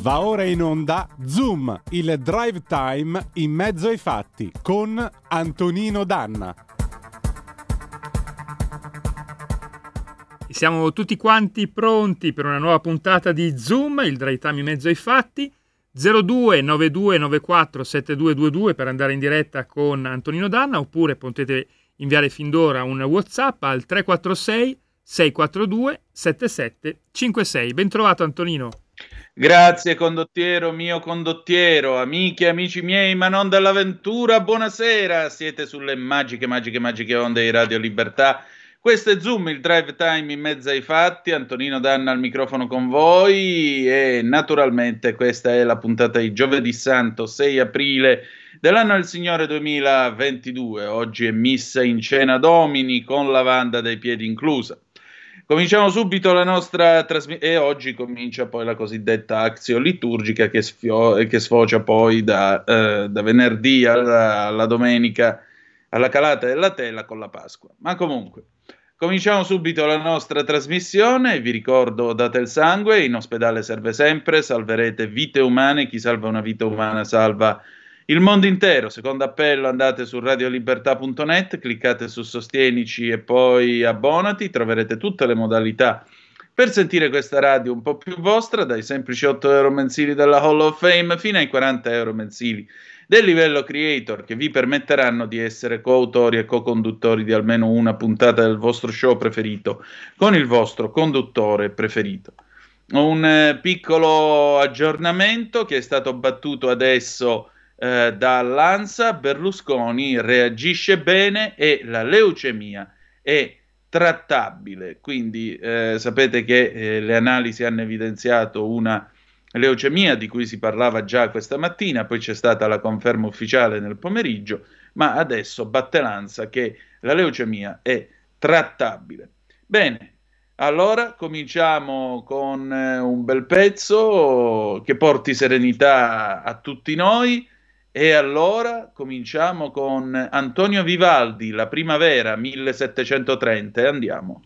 Va ora in onda Zoom, il drive time in mezzo ai fatti con Antonino Danna. Siamo tutti quanti pronti per una nuova puntata di Zoom, il drive time in mezzo ai fatti. 02 92 94 7222 per andare in diretta con Antonino Danna, oppure potete inviare fin d'ora un WhatsApp al 346 642 7756. Ben trovato Antonino. Grazie condottiero, mio condottiero, amiche e amici miei, ma non dall'avventura, buonasera, siete sulle magiche onde di Radio Libertà. Questo è Zoom, il drive time in mezzo ai fatti, Antonino Danna al microfono con voi e naturalmente questa è la puntata di giovedì santo 6 aprile dell'anno del Signore 2022, oggi è missa in cena Domini con lavanda dai piedi inclusa. Cominciamo subito la nostra trasmissione e oggi comincia poi la cosiddetta Actio liturgica che sfocia poi da venerdì alla domenica, alla calata della tela con la Pasqua. Ma comunque, cominciamo subito la nostra trasmissione. Vi ricordo, date il sangue, in ospedale serve sempre, salverete vite umane, chi salva una vita umana salva il mondo intero. Secondo appello, andate su radiolibertà.net, cliccate su Sostienici e poi abbonati, troverete tutte le modalità per sentire questa radio un po' più vostra, dai semplici 8 euro mensili della Hall of Fame fino ai 40 euro mensili del livello creator, che vi permetteranno di essere coautori e co-conduttori di almeno una puntata del vostro show preferito con il vostro conduttore preferito. Un piccolo aggiornamento che è stato battuto adesso dall'ANSA: Berlusconi reagisce bene e la leucemia è trattabile, quindi sapete che le analisi hanno evidenziato una leucemia di cui si parlava già questa mattina, poi c'è stata la conferma ufficiale nel pomeriggio, ma adesso batte l'ANSA che la leucemia è trattabile. Bene, allora cominciamo con un bel pezzo che porti serenità a tutti noi. E allora cominciamo con Antonio Vivaldi, La primavera 1730, e andiamo.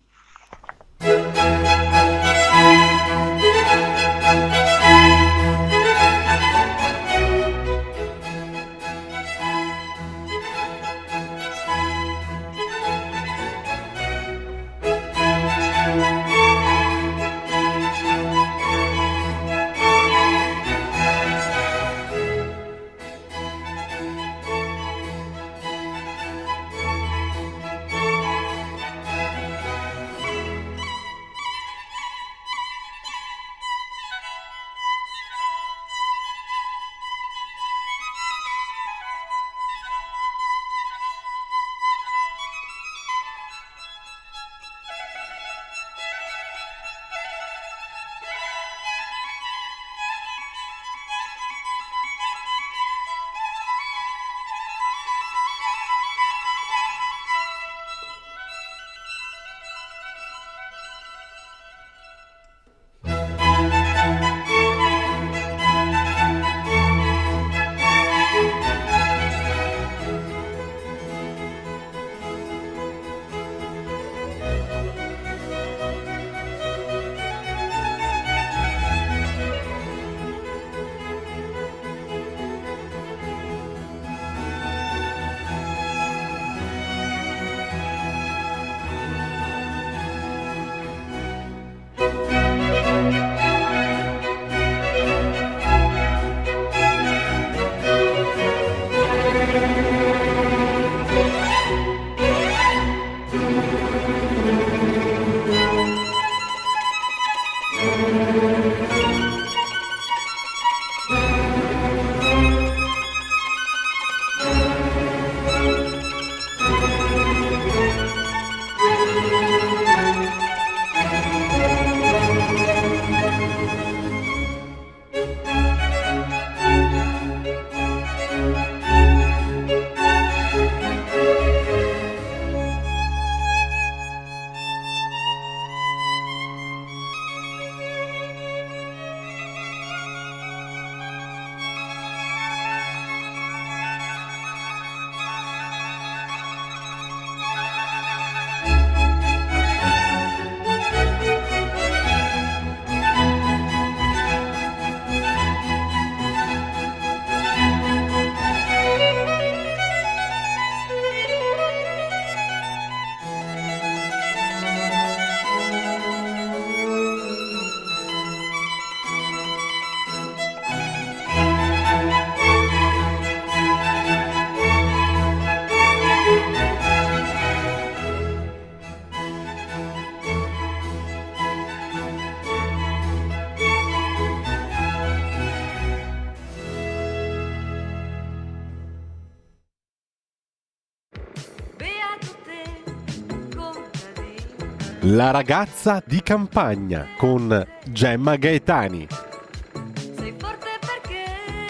La ragazza di campagna con Gemma Gaetani. Sei forte perché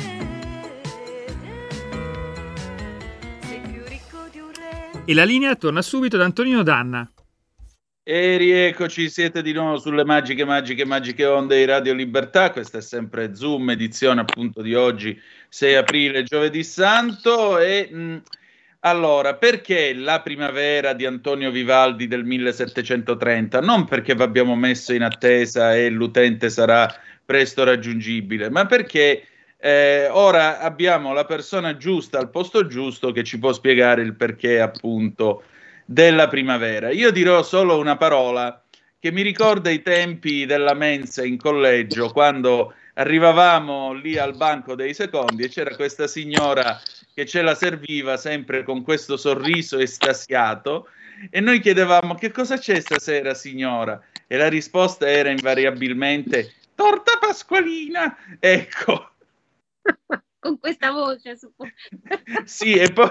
sei più ricco di un re. E la linea torna subito ad Antonino Danna. E rieccoci, siete di nuovo sulle magiche onde di Radio Libertà. Questa è sempre Zoom, edizione appunto di oggi, 6 aprile, giovedì santo. Allora, perché la primavera di Antonio Vivaldi del 1730? Non perché vi abbiamo messo in attesa e l'utente sarà presto raggiungibile, ma perché ora abbiamo la persona giusta al posto giusto che ci può spiegare il perché appunto della primavera. Io dirò solo una parola che mi ricorda i tempi della mensa in collegio, quando arrivavamo lì al banco dei secondi e c'era questa signora che ce la serviva sempre con questo sorriso estasiato e noi chiedevamo: che cosa c'è stasera, signora? E la risposta era invariabilmente: torta pasqualina. Ecco. Con questa voce. Sì, e poi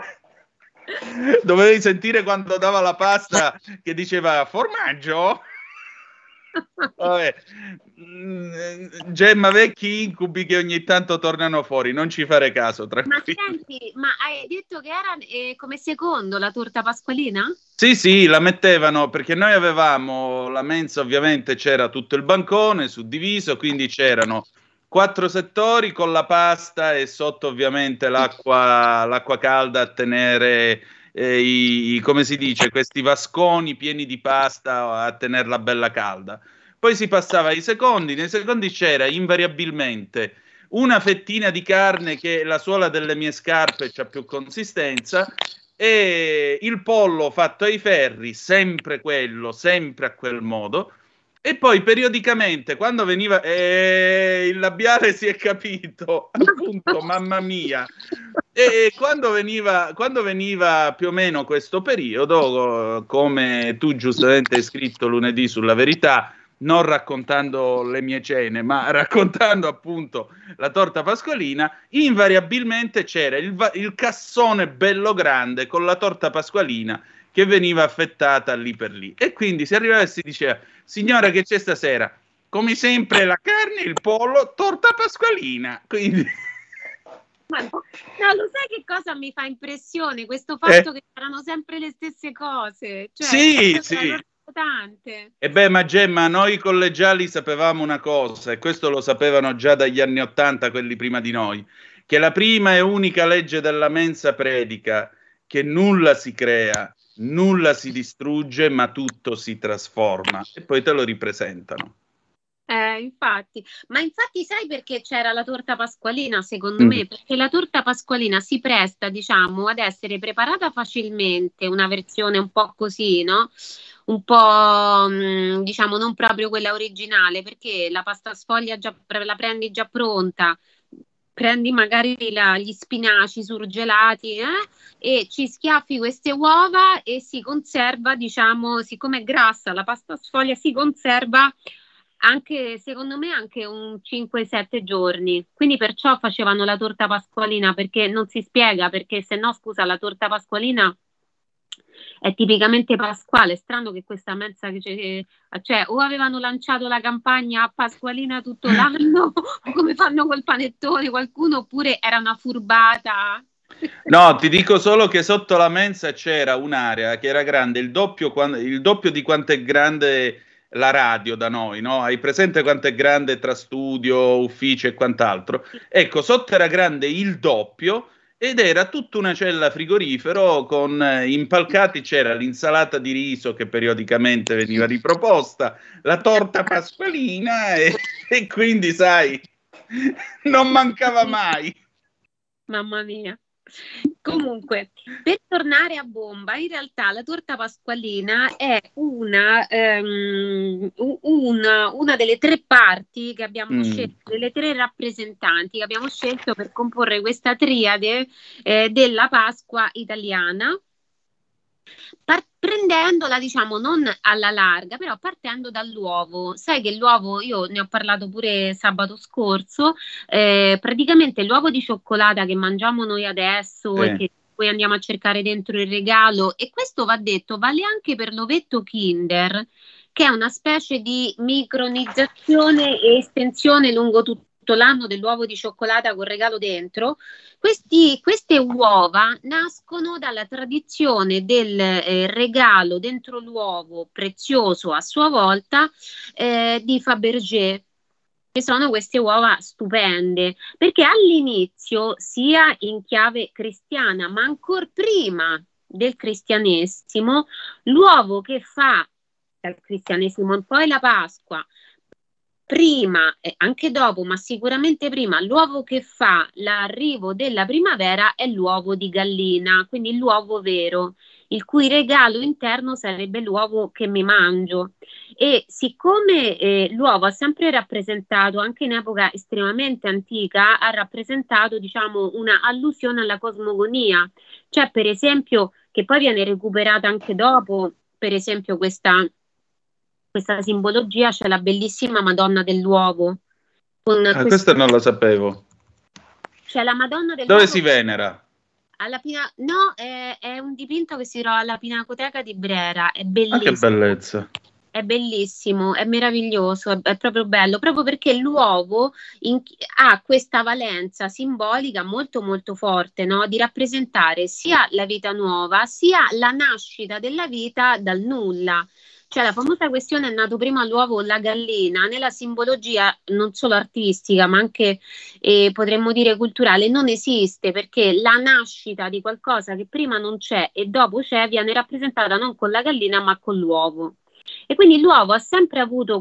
dovevi sentire quando dava la pasta che diceva formaggio. Vabbè. Gemma, vecchi incubi che ogni tanto tornano fuori, non ci fare caso, Ma tranquillo. senti, ma hai detto che era come secondo la torta pasqualina? Sì, la mettevano perché noi avevamo la mensa, ovviamente c'era tutto il bancone suddiviso, quindi c'erano 4 settori con la pasta e sotto ovviamente l'acqua calda a tenere come si dice, questi vasconi pieni di pasta a tenerla bella calda. Poi si passava ai secondi, nei secondi c'era invariabilmente una fettina di carne che la suola delle mie scarpe c'ha più consistenza e il pollo fatto ai ferri, sempre quello, sempre a quel modo. E poi periodicamente, quando veniva il labiale si è capito, appunto, mamma mia. E quando veniva più o meno questo periodo, come tu giustamente hai scritto lunedì sulla Verità, non raccontando le mie cene, ma raccontando appunto la torta pasqualina, invariabilmente c'era il cassone bello grande con la torta pasqualina che veniva affettata lì per lì. E quindi si arrivava e si diceva: signora, che c'è stasera? Come sempre la carne, il pollo, torta pasqualina. Quindi... Ma no, lo sai che cosa mi fa impressione? Questo fatto che erano sempre le stesse cose. Cioè, sì. Tante. E beh, ma Gemma, noi collegiali sapevamo una cosa, e questo lo sapevano già dagli anni '80 quelli prima di noi, che la prima e unica legge della mensa predica che nulla si crea, nulla si distrugge, ma tutto si trasforma. E poi te lo ripresentano. Infatti sai perché c'era la torta pasqualina, secondo me? Perché la torta pasqualina si presta, diciamo, ad essere preparata facilmente, una versione un po' così, no? Un po', diciamo, non proprio quella originale, perché la pasta sfoglia la prendi già pronta, prendi magari gli spinaci surgelati e ci schiaffi queste uova e si conserva, diciamo, siccome è grassa, la pasta sfoglia si conserva anche, secondo me, anche un 5-7 giorni. Quindi perciò facevano la torta pasqualina, perché non si spiega, perché se no, scusa, la torta pasqualina è tipicamente pasquale. È strano che questa mensa cioè o avevano lanciato la campagna a pasqualina tutto l'anno come fanno col panettone qualcuno, oppure era una furbata. No, ti dico solo che sotto la mensa c'era un'area che era grande il doppio di quanto è grande la radio da noi, no? Hai presente quanto è grande tra studio, uffici e quant'altro? Ecco, sotto era grande il doppio ed era tutta una cella frigorifero con impalcati, c'era l'insalata di riso che periodicamente veniva riproposta, la torta pasqualina e quindi, sai, non mancava mai. Mamma mia. Comunque, per tornare a bomba, in realtà la torta pasqualina è una delle 3 parti che abbiamo scelto, delle 3 rappresentanti che abbiamo scelto per comporre questa triade della Pasqua italiana, prendendola, diciamo, non alla larga, però partendo dall'uovo. Sai che l'uovo, io ne ho parlato pure sabato scorso, praticamente l'uovo di cioccolata che mangiamo noi adesso e che poi andiamo a cercare dentro il regalo, e questo va detto, vale anche per l'ovetto Kinder, che è una specie di micronizzazione e estensione lungo tutto l'anno dell'uovo di cioccolata con regalo dentro. Queste uova nascono dalla tradizione del regalo dentro l'uovo prezioso a sua volta di Fabergé, che sono queste uova stupende, perché all'inizio, sia in chiave cristiana, ma ancora prima del cristianesimo, l'uovo che fa dal cristianesimo e poi la Pasqua, prima e anche dopo, ma sicuramente prima, l'uovo che fa l'arrivo della primavera è l'uovo di gallina, quindi l'uovo vero, il cui regalo interno sarebbe l'uovo che mi mangio. E siccome l'uovo ha sempre rappresentato, anche in epoca estremamente antica, ha rappresentato, diciamo, una allusione alla cosmogonia, cioè per esempio, che poi viene recuperata anche dopo, per esempio questa simbologia, c'è la bellissima Madonna dell'uovo. Questa non la sapevo. C'è la Madonna dell'uovo. Dove si venera? No, è un dipinto che si trova alla Pinacoteca di Brera, è bellissimo. Che bellezza. È bellissimo, è meraviglioso, è proprio bello, proprio perché l'uovo ha questa valenza simbolica molto molto forte, no? Di rappresentare sia la vita nuova, sia la nascita della vita dal nulla. Cioè la famosa questione: è nato prima l'uovo o la gallina? Nella simbologia non solo artistica ma anche potremmo dire culturale non esiste, perché la nascita di qualcosa che prima non c'è e dopo c'è viene rappresentata non con la gallina ma con l'uovo. E quindi l'uovo ha sempre avuto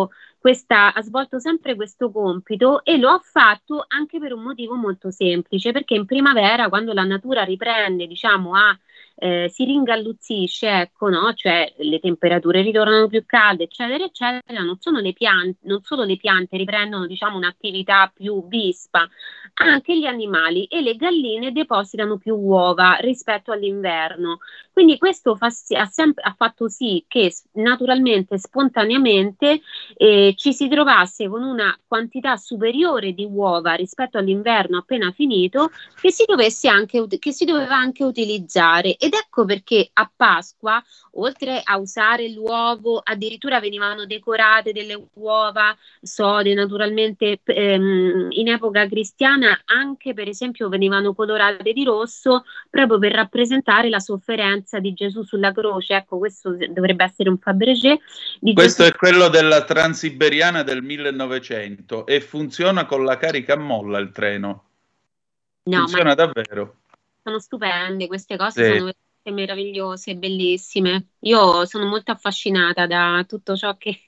ha svolto sempre questo compito, e lo ha fatto anche per un motivo molto semplice, perché in primavera, quando la natura riprende, diciamo, si ringalluzzisce, ecco, no? Cioè le temperature ritornano più calde, eccetera, eccetera, non solo le piante riprendono, diciamo, un'attività più vispa, anche gli animali e le galline depositano più uova rispetto all'inverno. Quindi questo ha fatto sì che naturalmente, spontaneamente, ci si trovasse con una quantità superiore di uova rispetto all'inverno appena finito, che si doveva anche utilizzare. Ed ecco perché a Pasqua, oltre a usare l'uovo, addirittura venivano decorate delle uova sode, naturalmente in epoca cristiana anche, per esempio, venivano colorate di rosso proprio per rappresentare la sofferenza di Gesù sulla croce. Ecco, questo dovrebbe essere un Fabergé. Questo è quello della Transiberiana del 1900 e funziona con la carica a molla il treno. No, funziona davvero. Sono stupende queste cose, sì. Sono veramente meravigliose, bellissime. Io sono molto affascinata da tutto ciò che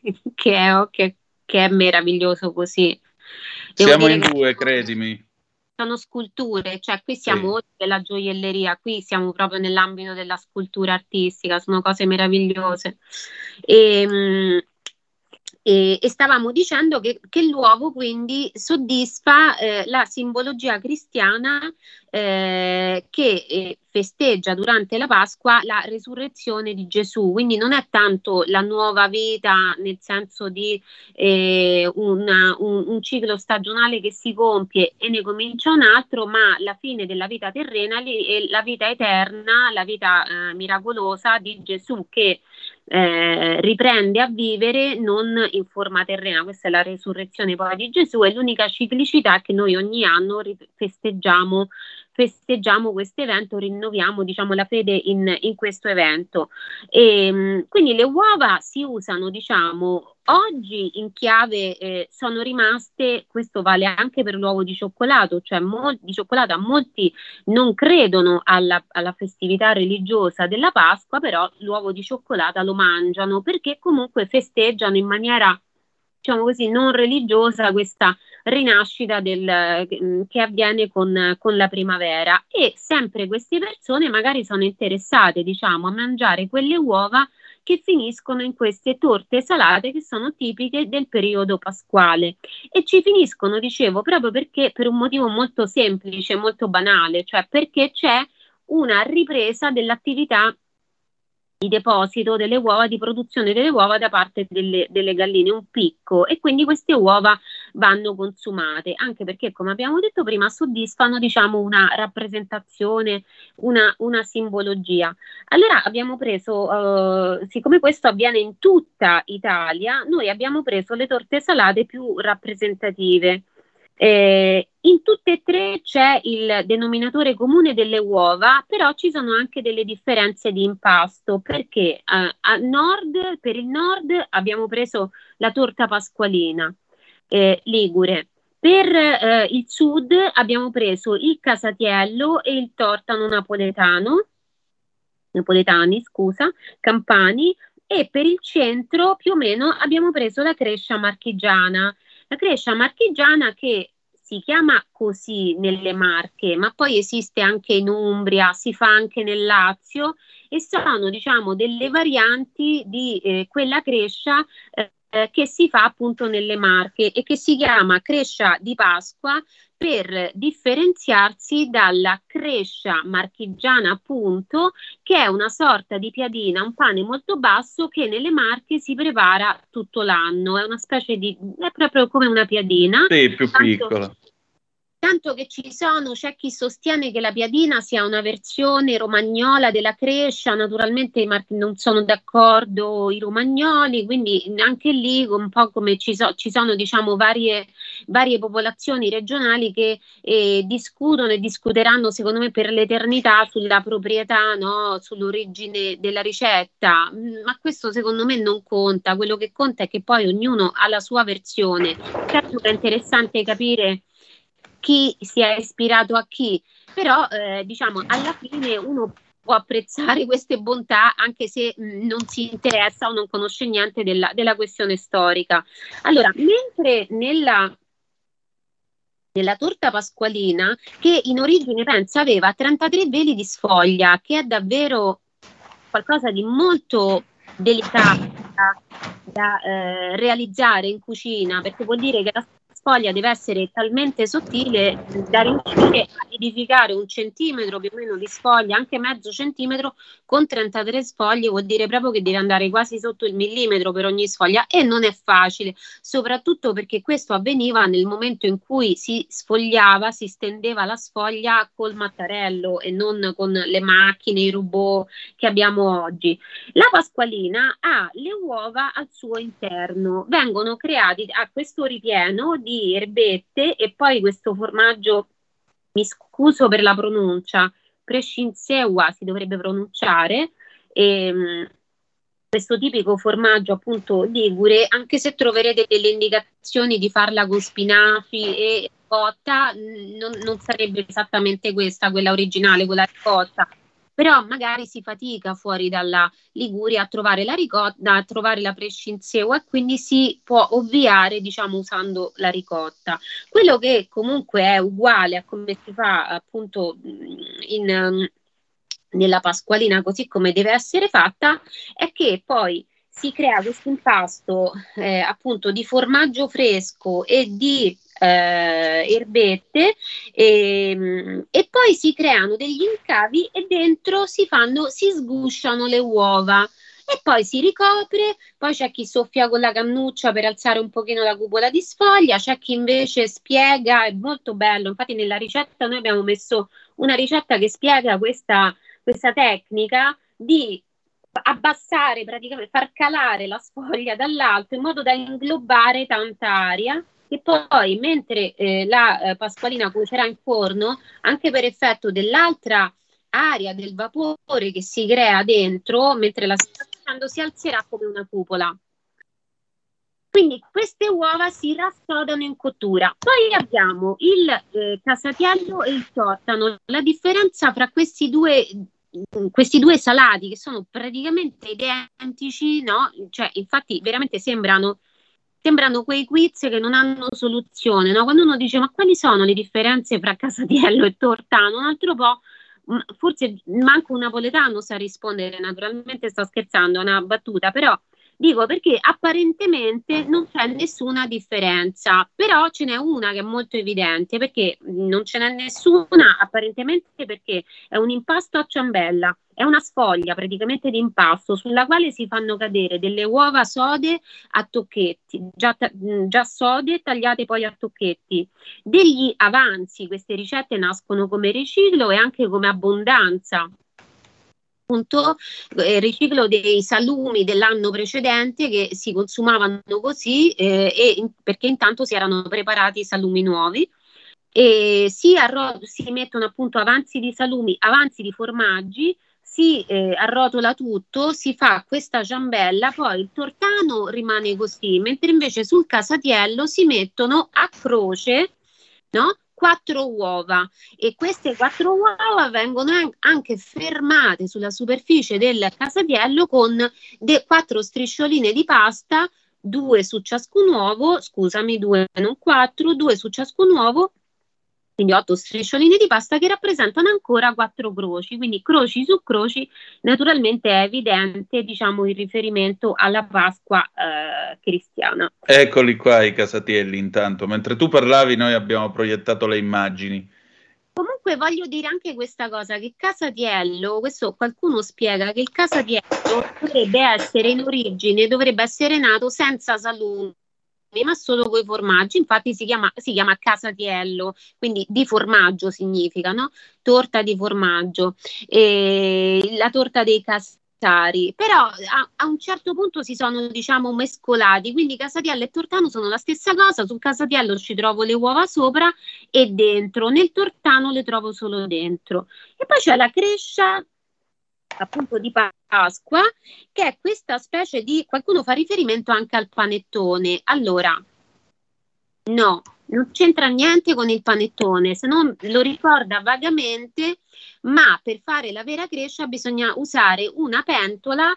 è meraviglioso così. Siamo in due, credimi. Sono sculture, cioè qui siamo oltre la gioielleria, qui siamo proprio nell'ambito della scultura artistica, sono cose meravigliose. E stavamo dicendo che l'uovo quindi soddisfa la simbologia cristiana che festeggia durante la Pasqua la resurrezione di Gesù, quindi non è tanto la nuova vita nel senso di un ciclo stagionale che si compie e ne comincia un altro, ma la fine della vita terrena e la vita eterna, la vita miracolosa di Gesù che riprende a vivere non in forma terrena. Questa è la resurrezione poi di Gesù, e l'unica ciclicità che noi ogni anno festeggiamo questo evento, rinnoviamo, diciamo, la fede in questo evento. E quindi le uova si usano, diciamo, oggi in chiave sono rimaste, questo vale anche per l'uovo di cioccolato, cioè di cioccolata. Molti non credono alla festività religiosa della Pasqua, però l'uovo di cioccolata lo mangiano perché comunque festeggiano in maniera, diciamo così, non religiosa questa rinascita che avviene con la primavera. E sempre queste persone magari sono interessate, diciamo, a mangiare quelle uova che finiscono in queste torte salate che sono tipiche del periodo pasquale, e ci finiscono, dicevo, proprio perché per un motivo molto semplice, molto banale, cioè perché c'è una ripresa dell'attività di deposito delle uova, di produzione delle uova da parte delle galline, un picco, e quindi queste uova vanno consumate, anche perché, come abbiamo detto prima, soddisfano, diciamo, una rappresentazione, una simbologia. Allora abbiamo preso, siccome questo avviene in tutta Italia, noi abbiamo preso le torte salate più rappresentative. In tutte e tre c'è il denominatore comune delle uova, però ci sono anche delle differenze di impasto, perché per il nord abbiamo preso la torta pasqualina ligure. Per il sud abbiamo preso il casatiello e il tortano napoletani, scusa, campani, e per il centro più o meno abbiamo preso la crescia marchigiana. La crescia marchigiana che si chiama così nelle Marche, ma poi esiste anche in Umbria, si fa anche nel Lazio, e sono, diciamo, delle varianti di quella crescia che si fa appunto nelle Marche e che si chiama crescia di Pasqua per differenziarsi dalla crescia marchigiana, appunto, che è una sorta di piadina, un pane molto basso che nelle Marche si prepara tutto l'anno. È una specie è proprio come una piadina. Sì, più piccola. Tanto che c'è chi sostiene che la piadina sia una versione romagnola della crescia, naturalmente non sono d'accordo i romagnoli, quindi anche lì un po' come ci sono, diciamo, varie popolazioni regionali che discutono e discuteranno, secondo me, per l'eternità sulla proprietà, no? Sull'origine della ricetta, ma questo secondo me non conta. Quello che conta è che poi ognuno ha la sua versione. Certo che è interessante capire chi si è ispirato a chi, però diciamo alla fine uno può apprezzare queste bontà anche se non si interessa o non conosce niente della questione storica. Allora, mentre nella torta pasqualina, che in origine pensa aveva 33 veli di sfoglia, che è davvero qualcosa di molto delicato da realizzare in cucina, perché vuol dire che la sfoglia deve essere talmente sottile da riuscire a edificare 1 centimetro più o meno di sfoglia, anche mezzo centimetro, con 33 sfoglie vuol dire proprio che deve andare quasi sotto il millimetro per ogni sfoglia, e non è facile, soprattutto perché questo avveniva nel momento in cui si sfogliava, si stendeva la sfoglia col mattarello e non con le macchine, i robot che abbiamo oggi. La pasqualina ha le uova al suo interno, vengono creati a questo ripieno di erbette e poi questo formaggio, mi scuso per la pronuncia, prescinseua si dovrebbe pronunciare, questo tipico formaggio appunto ligure, anche se troverete delle indicazioni di farla con spinaci e ricotta, non sarebbe esattamente quella originale, quella ricotta. Però magari si fatica fuori dalla Liguria a trovare la ricotta, a trovare la prescinseua, e quindi si può ovviare, diciamo, usando la ricotta. Quello che comunque è uguale a come si fa appunto nella pasqualina, così come deve essere fatta, è che poi si crea questo impasto appunto di formaggio fresco e di erbette, e poi si creano degli incavi e dentro si sgusciano le uova e poi si ricopre. Poi c'è chi soffia con la cannuccia per alzare un pochino la cupola di sfoglia, c'è chi invece spiega, è molto bello, infatti nella ricetta noi abbiamo messo una ricetta che spiega questa tecnica di abbassare, praticamente far calare la sfoglia dall'alto in modo da inglobare tanta aria, e poi mentre la pasqualina cuocerà in forno, anche per effetto dell'altra aria, del vapore che si crea dentro mentre la sta facendo, si alzerà come una cupola. Quindi queste uova si rassodano in cottura. Poi abbiamo il casatiello e il tortano. La differenza fra questi due salati, che sono praticamente identici, no? Cioè, infatti veramente sembrano quei quiz che non hanno soluzione, no? Quando uno dice ma quali sono le differenze fra casatiello e tortano, un altro po', forse manco un napoletano sa rispondere, naturalmente sto scherzando, è una battuta, però Dico perché apparentemente non c'è nessuna differenza, però ce n'è una che è molto evidente, perché non ce n'è nessuna apparentemente perché è un impasto a ciambella, è una sfoglia praticamente di impasto sulla quale si fanno cadere delle uova sode a tocchetti, già sode tagliate poi a tocchetti, degli avanzi. Queste ricette nascono come riciclo e anche come abbondanza. Appunto, riciclo dei salumi dell'anno precedente che si consumavano così perché intanto si erano preparati i salumi nuovi e si mettono appunto avanzi di salumi, avanzi di formaggi, si arrotola tutto, si fa questa ciambella, poi il tortano rimane così, mentre invece sul casatiello si mettono a croce, no? 4 uova, e queste 4 uova vengono anche fermate sulla superficie del casatiello con 4 striscioline di pasta, 2 su ciascun uovo, scusami, 2 non 4, 2 su ciascun uovo, quindi 8 striscioline di pasta che rappresentano ancora 4 croci, quindi croci su croci. Naturalmente è evidente, diciamo, il riferimento alla Pasqua cristiana. Eccoli qua i casatielli intanto. Mentre tu parlavi noi abbiamo proiettato le immagini. Comunque voglio dire anche questa cosa, che casatiello, questo qualcuno spiega che il casatiello dovrebbe essere in origine, dovrebbe essere nato senza salumi, ma solo con i formaggi. Infatti si chiama casatiello, quindi di formaggio significa, no? Torta di formaggio, la torta dei casari. Però a un certo punto si sono, diciamo, mescolati, quindi casatiello e tortano sono la stessa cosa. Sul casatiello ci trovo le uova sopra e dentro, nel tortano le trovo solo dentro. E poi c'è la crescia, appunto, di Pasqua, che è questa specie di, qualcuno fa riferimento anche al panettone. Allora, no, non c'entra niente con il panettone, se non lo ricorda vagamente, ma per fare la vera crescia bisogna usare una pentola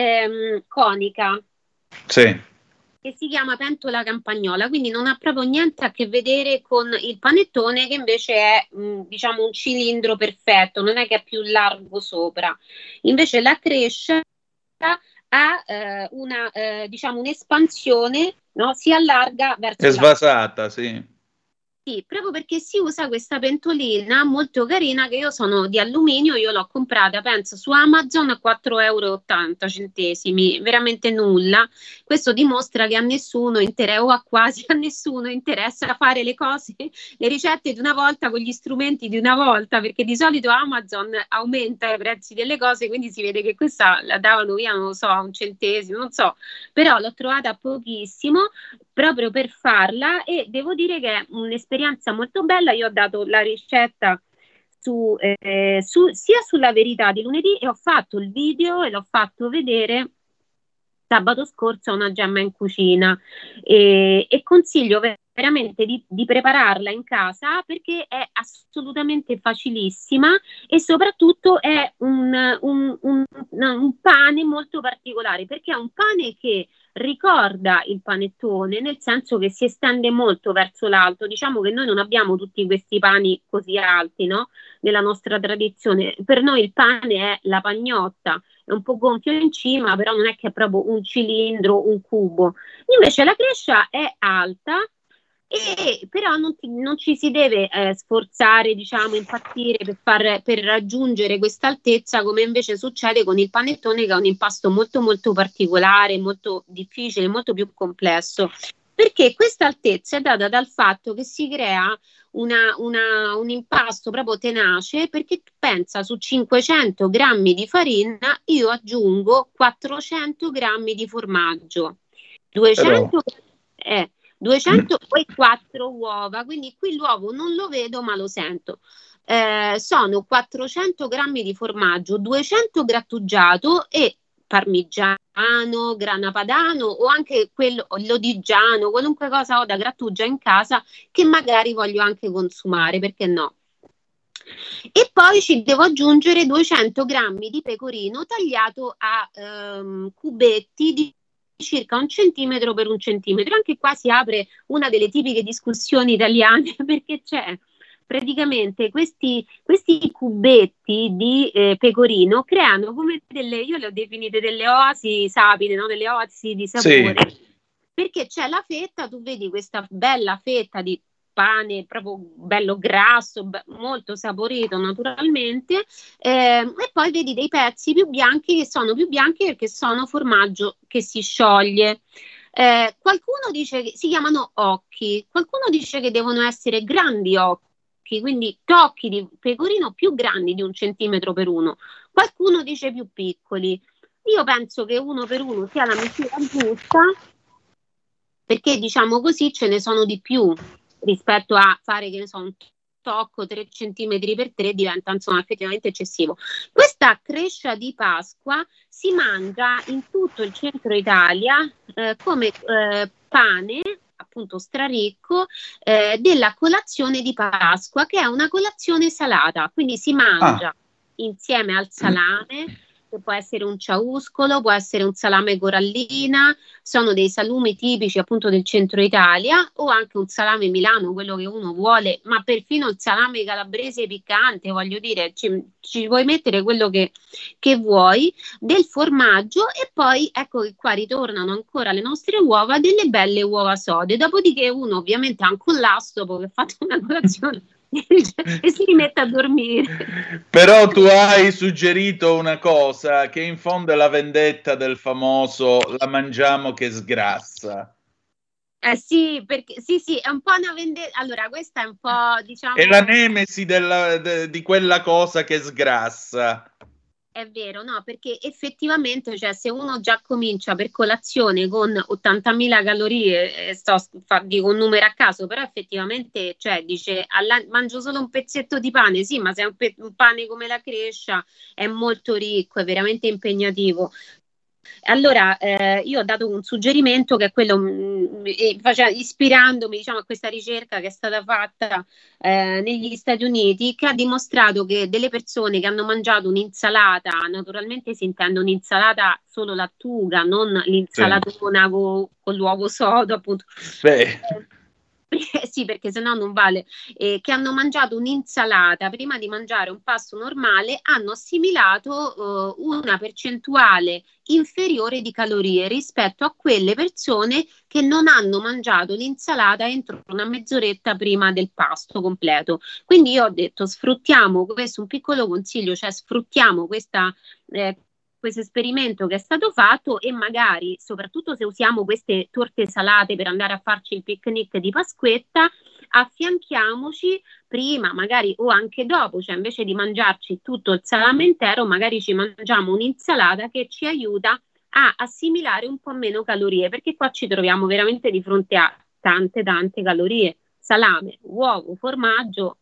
conica. Sì. Che si chiama pentola campagnola, quindi non ha proprio niente a che vedere con il panettone, che invece è diciamo un cilindro perfetto, non è che è più largo sopra. Invece la crescia ha diciamo un'espansione, no? Si allarga verso È svasata, sì. sì, proprio perché si usa questa pentolina molto carina, che io sono di alluminio, io l'ho comprata, penso, su Amazon a 4,80 €, veramente nulla. Questo dimostra che a nessuno interessa, o a quasi a nessuno interessa fare le cose, le ricette di una volta con gli strumenti di una volta, perché di solito Amazon aumenta i prezzi delle cose, quindi si vede che questa la davano via, non lo so, a 1 centesimo, non so, però l'ho trovata a pochissimo proprio per farla e devo dire che è un'esperienza molto bella. Io ho dato la ricetta sia sulla Verità di lunedì, e ho fatto il video e l'ho fatto vedere sabato scorso a Una Gemma in Cucina, e consiglio veramente di prepararla in casa, perché è assolutamente facilissima e soprattutto è un pane molto particolare, perché è un pane che ricorda il panettone, nel senso che si estende molto verso l'alto. Diciamo che noi non abbiamo tutti questi pani così alti, no? Nella nostra tradizione. Per noi il pane è la pagnotta, è un po' gonfio in cima, però non è che è proprio un cilindro, un cubo. Invece la crescia è alta, e però non ci si deve sforzare, diciamo, impazzire per raggiungere questa altezza, come invece succede con il panettone, che è un impasto molto molto particolare, molto difficile, molto più complesso, perché questa altezza è data dal fatto che si crea un impasto proprio tenace, perché pensa, su 500 grammi di farina io aggiungo 400 grammi di formaggio, 200 poi 4 uova, quindi qui l'uovo non lo vedo ma lo sento. Sono 400 grammi di formaggio, 200 grattugiato e parmigiano, grana padano o anche quello lodigiano, qualunque cosa ho da grattugia in casa che magari voglio anche consumare, perché no? E poi ci devo aggiungere 200 grammi di pecorino tagliato a cubetti di circa 1 centimetro per 1 centimetro. Anche qua si apre una delle tipiche discussioni italiane, perché c'è praticamente questi cubetti di pecorino creano come io le ho definite delle oasi sapide, no? Delle oasi di sapore, perché c'è la fetta, tu vedi questa bella fetta di pane proprio bello grasso, molto saporito naturalmente, e poi vedi dei pezzi più bianchi che sono più bianchi perché sono formaggio che si scioglie. Qualcuno dice che si chiamano occhi, qualcuno dice che devono essere grandi occhi, quindi tocchi di pecorino più grandi di 1 centimetro per uno, qualcuno dice più piccoli. Io penso che 1 per 1 sia la misura giusta, perché diciamo così ce ne sono di più rispetto a fare, che ne so, un tocco 3 centimetri per 3 diventa insomma effettivamente eccessivo. Questa crescia di Pasqua si mangia in tutto il centro Italia come pane appunto straricco della colazione di Pasqua, che è una colazione salata, quindi si mangia insieme al salame, che può essere un ciauscolo, può essere un salame corallina, sono dei salumi tipici appunto del centro Italia, o anche un salame Milano, quello che uno vuole, ma perfino il salame calabrese piccante, voglio dire, ci puoi mettere quello che vuoi, del formaggio, e poi ecco che qua ritornano ancora le nostre uova, delle belle uova sode, dopodiché uno ovviamente ha un collasso dopo che ha fatto una colazione e si rimette a dormire. Però tu hai suggerito una cosa che infonde la vendetta del famoso "la mangiamo che sgrassa". Sì, perché sì, è un po' una vendetta. Allora, questa è un po', diciamo, è la nemesi di quella cosa che sgrassa. È vero, no, perché effettivamente, cioè, se uno già comincia per colazione con 80.000 calorie, dico un numero a caso, però effettivamente, cioè, dice, mangio solo un pezzetto di pane, sì, ma se è un pane come la crescia, è molto ricco, è veramente impegnativo. Allora, io ho dato un suggerimento che è quello, ispirandomi, diciamo, a questa ricerca che è stata fatta negli Stati Uniti, che ha dimostrato che delle persone che hanno mangiato un'insalata, naturalmente si intende un'insalata solo lattuga, non l'insalatona con l'uovo sodo, appunto. Sì, perché sennò non vale, che hanno mangiato un'insalata prima di mangiare un pasto normale, hanno assimilato una percentuale inferiore di calorie rispetto a quelle persone che non hanno mangiato l'insalata entro una mezz'oretta prima del pasto completo. Quindi io ho detto, sfruttiamo questo, un piccolo consiglio, cioè sfruttiamo questo esperimento che è stato fatto, e magari, soprattutto se usiamo queste torte salate per andare a farci il picnic di Pasquetta, affianchiamoci prima, magari, o anche dopo, cioè invece di mangiarci tutto il salame intero, magari ci mangiamo un'insalata che ci aiuta a assimilare un po' meno calorie, perché qua ci troviamo veramente di fronte a tante calorie. Salame, uovo, formaggio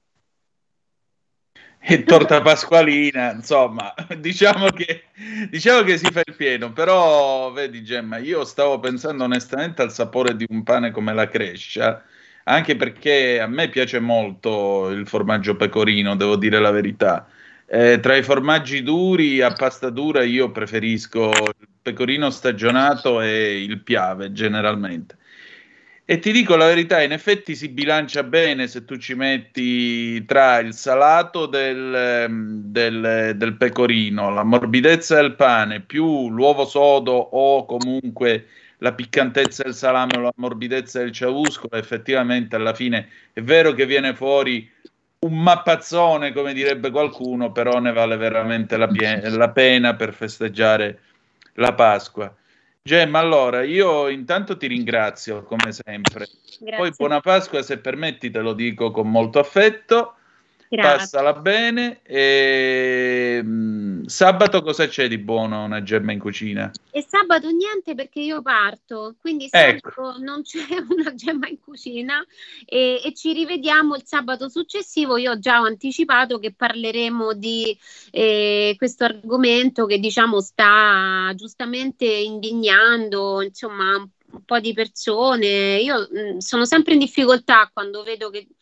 e torta pasqualina, insomma, diciamo che si fa il pieno. Però vedi, Gemma, io stavo pensando onestamente al sapore di un pane come la crescia, anche perché a me piace molto il formaggio pecorino, devo dire la verità. Tra i formaggi duri a pasta dura io preferisco il pecorino stagionato e il Piave generalmente. E ti dico la verità, in effetti si bilancia bene se tu ci metti tra il salato del pecorino, la morbidezza del pane, più l'uovo sodo o comunque la piccantezza del salame o la morbidezza del ciauscolo. Effettivamente alla fine è vero che viene fuori un mappazzone, come direbbe qualcuno, però ne vale veramente la pena per festeggiare la Pasqua. Gemma, allora io intanto ti ringrazio come sempre. Grazie. Poi buona Pasqua, se permetti te lo dico con molto affetto. Grazie. Passala bene. E sabato cosa c'è di buono, una Gemma in cucina? E sabato niente, perché io parto, quindi sabato non c'è una Gemma in cucina, e ci rivediamo il sabato successivo. Io già ho anticipato che parleremo di questo argomento che, diciamo, sta giustamente indignando, insomma, un po' di persone. Io sono sempre in difficoltà quando vedo che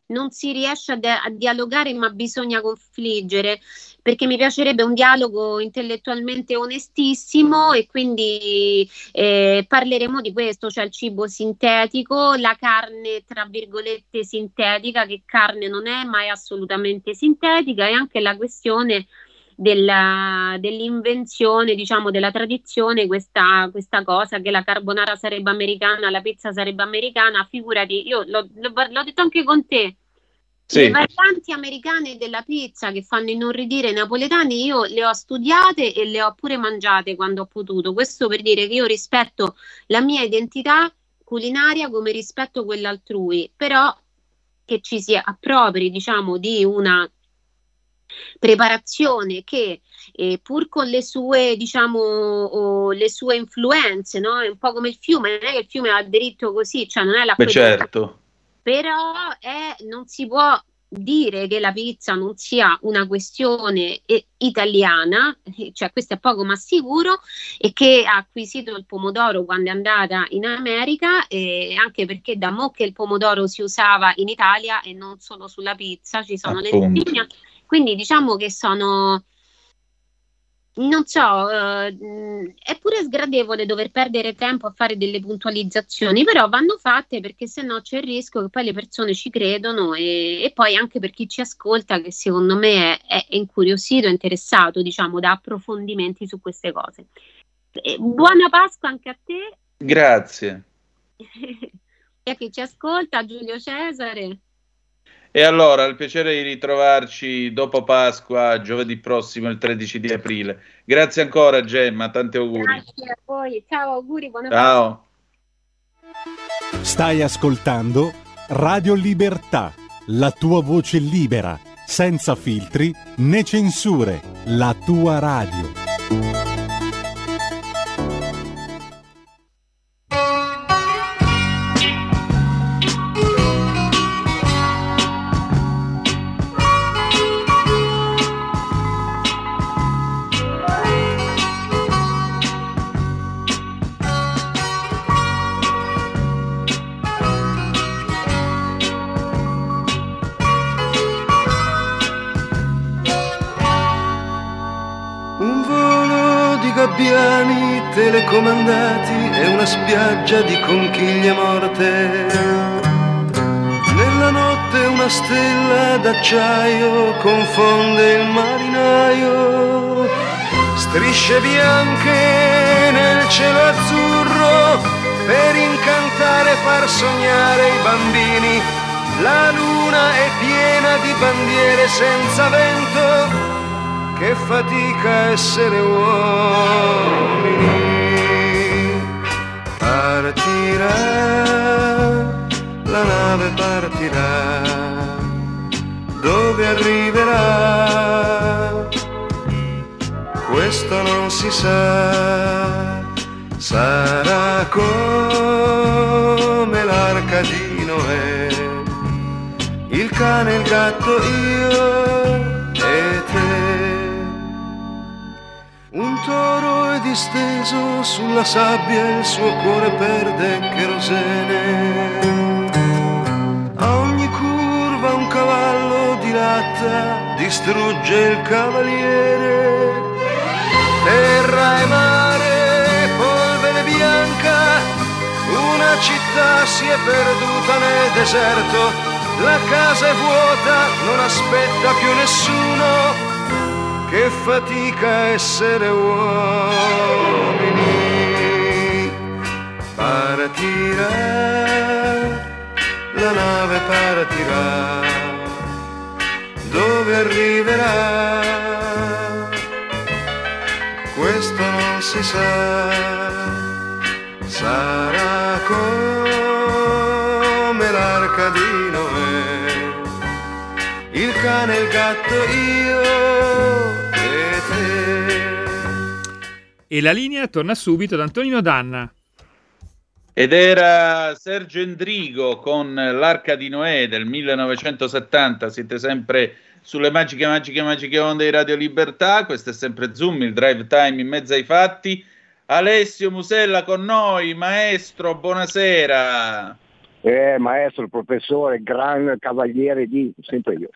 non si riesce a dialogare, ma bisogna confliggere, perché mi piacerebbe un dialogo intellettualmente onestissimo, e quindi parleremo di questo, cioè il cibo sintetico, la carne tra virgolette sintetica, che carne non è, ma è assolutamente sintetica, e anche la questione dell'invenzione, diciamo, della tradizione, questa cosa che la carbonara sarebbe americana, la pizza sarebbe americana. Figurati, io l'ho detto anche con te, Sì. le varianti americane della pizza che fanno inorridire i napoletani, io le ho studiate e le ho pure mangiate quando ho potuto. Questo per dire che io rispetto la mia identità culinaria come rispetto quella altrui, però che ci si appropri, diciamo, di una preparazione che pur con le sue, diciamo, le sue influenze, no? È un po' come il fiume, non è che il fiume ha diritto così, cioè non è Beh, l'acquedotto, certo. però non si può dire che la pizza non sia una questione italiana, cioè questo è poco ma sicuro, e che ha acquisito il pomodoro quando è andata in America, anche perché da mo' che il pomodoro si usava in Italia e non solo sulla pizza, ci sono le Appunto. linee, quindi diciamo che sono, non so, è pure sgradevole dover perdere tempo a fare delle puntualizzazioni, però vanno fatte, perché sennò c'è il rischio che poi le persone ci credono, e poi anche per chi ci ascolta, che secondo me è incuriosito, interessato, diciamo, da approfondimenti su queste cose. Buona Pasqua anche a te. Grazie. E a chi ci ascolta, Giulio Cesare. E allora, il piacere di ritrovarci dopo Pasqua, giovedì prossimo, il 13 di aprile. Grazie ancora, Gemma, tanti auguri. Grazie a voi, ciao, auguri, buona Pasqua. Ciao. Stai ascoltando Radio Libertà, la tua voce libera, senza filtri né censure, la tua radio. Telecomandati e una spiaggia di conchiglie morte. Nella notte una stella d'acciaio confonde il marinaio. Strisce bianche nel cielo azzurro per incantare e far sognare i bambini. La luna è piena di bandiere senza vento. Che fatica essere uomini. Partirà, la nave partirà, dove arriverà? Questo non si sa, sarà come l'arca di Noè, il cane, il gatto, io e te. Un toro è disteso sulla sabbia, il suo cuore perde cherosene. A ogni curva un cavallo dilatta, distrugge il cavaliere. Terra e mare, polvere bianca, una città si è perduta nel deserto. La casa è vuota, non aspetta più nessuno. Che fatica essere uomini. Partirà, la nave partirà, dove arriverà? Questo non si sa, sarà come l'arca di Noè, il cane, il gatto, io. E la linea torna subito ad Antonino Danna. Ed era Sergio Endrigo con l'Arca di Noè del 1970. Siete sempre sulle magiche onde di Radio Libertà. Questo è sempre Zoom, il drive time in mezzo ai fatti. Alessio Musella con noi, maestro, buonasera. Maestro, professore, gran cavaliere di sempre io.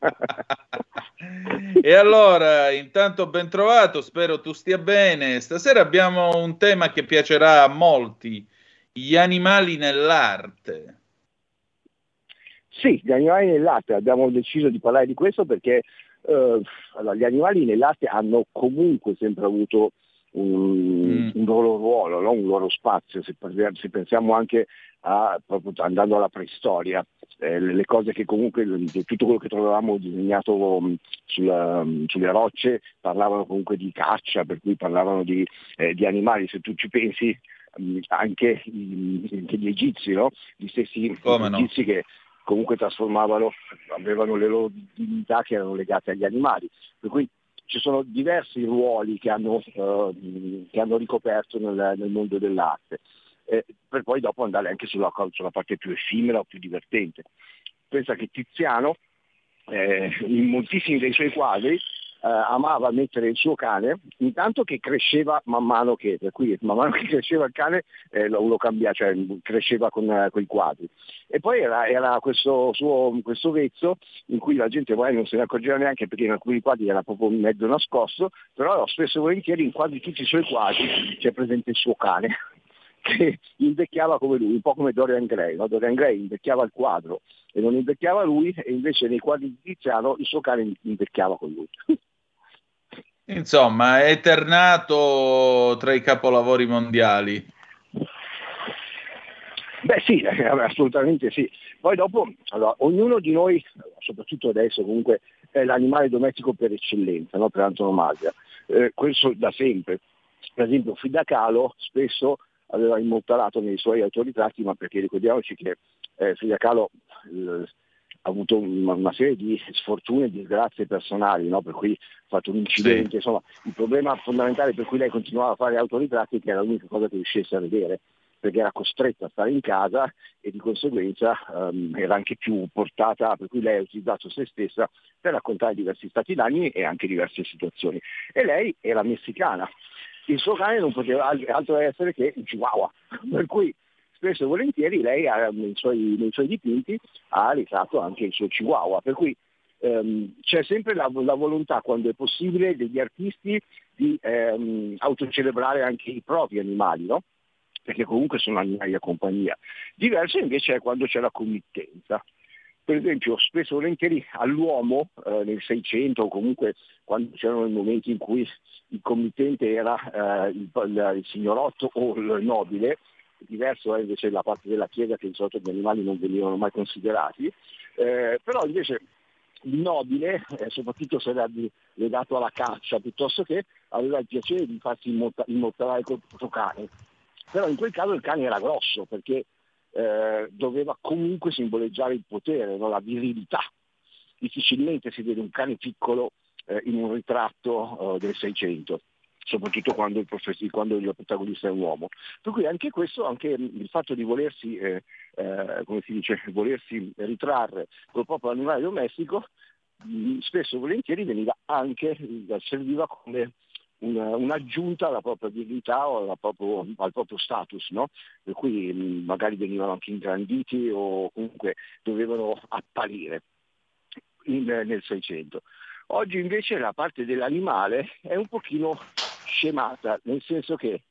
E allora, intanto ben trovato, spero tu stia bene. Stasera abbiamo un tema che piacerà a molti, gli animali nell'arte. Sì, gli animali nell'arte, abbiamo deciso di parlare di questo perché allora, gli animali nell'arte hanno comunque sempre avuto un loro ruolo, no? Un loro spazio, se pensiamo anche proprio andando alla preistoria, le cose che comunque, tutto quello che trovavamo disegnato sulle rocce parlavano comunque di caccia, per cui parlavano di animali. Se tu ci pensi, anche gli egizi, no? Gli stessi egizi che comunque avevano le loro divinità che erano legate agli animali, per cui ci sono diversi ruoli che hanno ricoperto nel mondo dell'arte, per poi dopo andare anche sulla parte più effimera o più divertente. Pensa che Tiziano, in moltissimi dei suoi quadri, amava mettere il suo cane, intanto che cresceva man mano che cresceva il cane lo cambiava, cioè cresceva con quei quadri. E poi era questo vezzo in cui la gente non se ne accorgeva neanche, perché in alcuni quadri era proprio mezzo nascosto, però spesso e volentieri in quasi tutti i suoi quadri c'è presente il suo cane, che invecchiava come lui, un po' come Dorian Gray, no? Dorian Gray invecchiava il quadro e non invecchiava lui, e invece nei quadri di Tiziano il suo cane invecchiava con lui. Insomma, è eternato tra i capolavori mondiali. Beh sì, assolutamente sì. Poi dopo, allora, ognuno di noi, soprattutto adesso comunque, è l'animale domestico per eccellenza, no? Per antonomasia. Questo da sempre. Per esempio Frida Kahlo spesso aveva immortalato nei suoi autoritratti, ma perché ricordiamoci che Frida Kahlo ha avuto una serie di sfortune e disgrazie personali, no? Per cui ha fatto un incidente, sì. Insomma, il problema fondamentale per cui lei continuava a fare autoritratti è che era l'unica cosa che riuscisse a vedere, perché era costretta a stare in casa e di conseguenza era anche più portata, per cui lei ha utilizzato se stessa per raccontare diversi stati d'animi e anche diverse situazioni. E lei era messicana, il suo cane non poteva altro essere che un chihuahua, per cui spesso e volentieri lei nei suoi dipinti ha ritratto anche il suo chihuahua, per cui c'è sempre la volontà, quando è possibile, degli artisti di autocelebrare anche i propri animali, no? Perché comunque sono animali da compagnia. Diverso invece è quando c'è la committenza. Per esempio, spesso e volentieri all'uomo nel 600, o comunque quando c'erano i momenti in cui il committente era il signorotto o il nobile, diverso è invece la parte della Chiesa, che di solito gli animali non venivano mai considerati, però invece il nobile, soprattutto se era legato alla caccia, piuttosto che aveva il piacere di farsi immortalare col proprio cane. Però in quel caso il cane era grosso, perché doveva comunque simboleggiare il potere, no? La virilità. Difficilmente si vede un cane piccolo in un ritratto del 600, soprattutto quando il protagonista è un uomo. Per cui anche questo, anche il fatto di volersi ritrarre col proprio animale domestico, spesso e volentieri serviva come un'aggiunta alla propria dignità o al proprio status, no? Per cui magari venivano anche ingranditi o comunque dovevano apparire nel 600. Oggi invece la parte dell'animale è un pochino scemata, nel senso che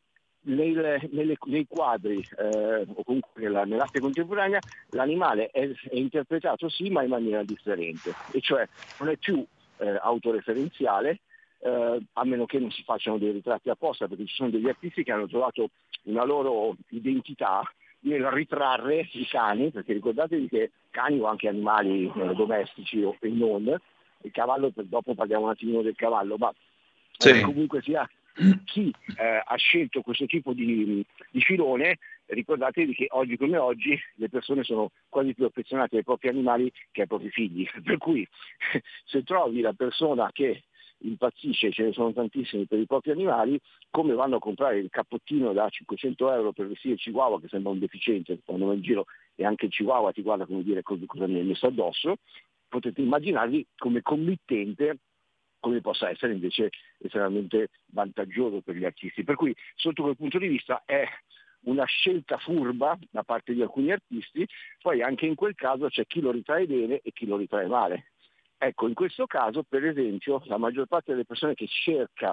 nei quadri o comunque nell'arte contemporanea l'animale è interpretato sì, ma in maniera differente, e cioè non è più autoreferenziale, a meno che non si facciano dei ritratti apposta, perché ci sono degli artisti che hanno trovato una loro identità nel ritrarre i cani, perché ricordatevi che cani o anche animali domestici e non, il cavallo, dopo parliamo un attimino del cavallo, ma sì. Comunque sia chi ha scelto questo tipo di filone, ricordatevi che oggi come oggi le persone sono quasi più affezionate ai propri animali che ai propri figli, per cui se trovi la persona che impazzisce, ce ne sono tantissimi per i propri animali, come vanno a comprare il cappottino da 500 euro per vestire il chihuahua, che sembra un deficiente quando va in giro, e anche il chihuahua ti guarda come dire cosa mi hai messo addosso, potete immaginarvi come committente come possa essere invece estremamente vantaggioso per gli artisti. Per cui sotto quel punto di vista è una scelta furba da parte di alcuni artisti, poi anche in quel caso c'è chi lo ritrae bene e chi lo ritrae male. Ecco, in questo caso, per esempio, la maggior parte delle persone che cerca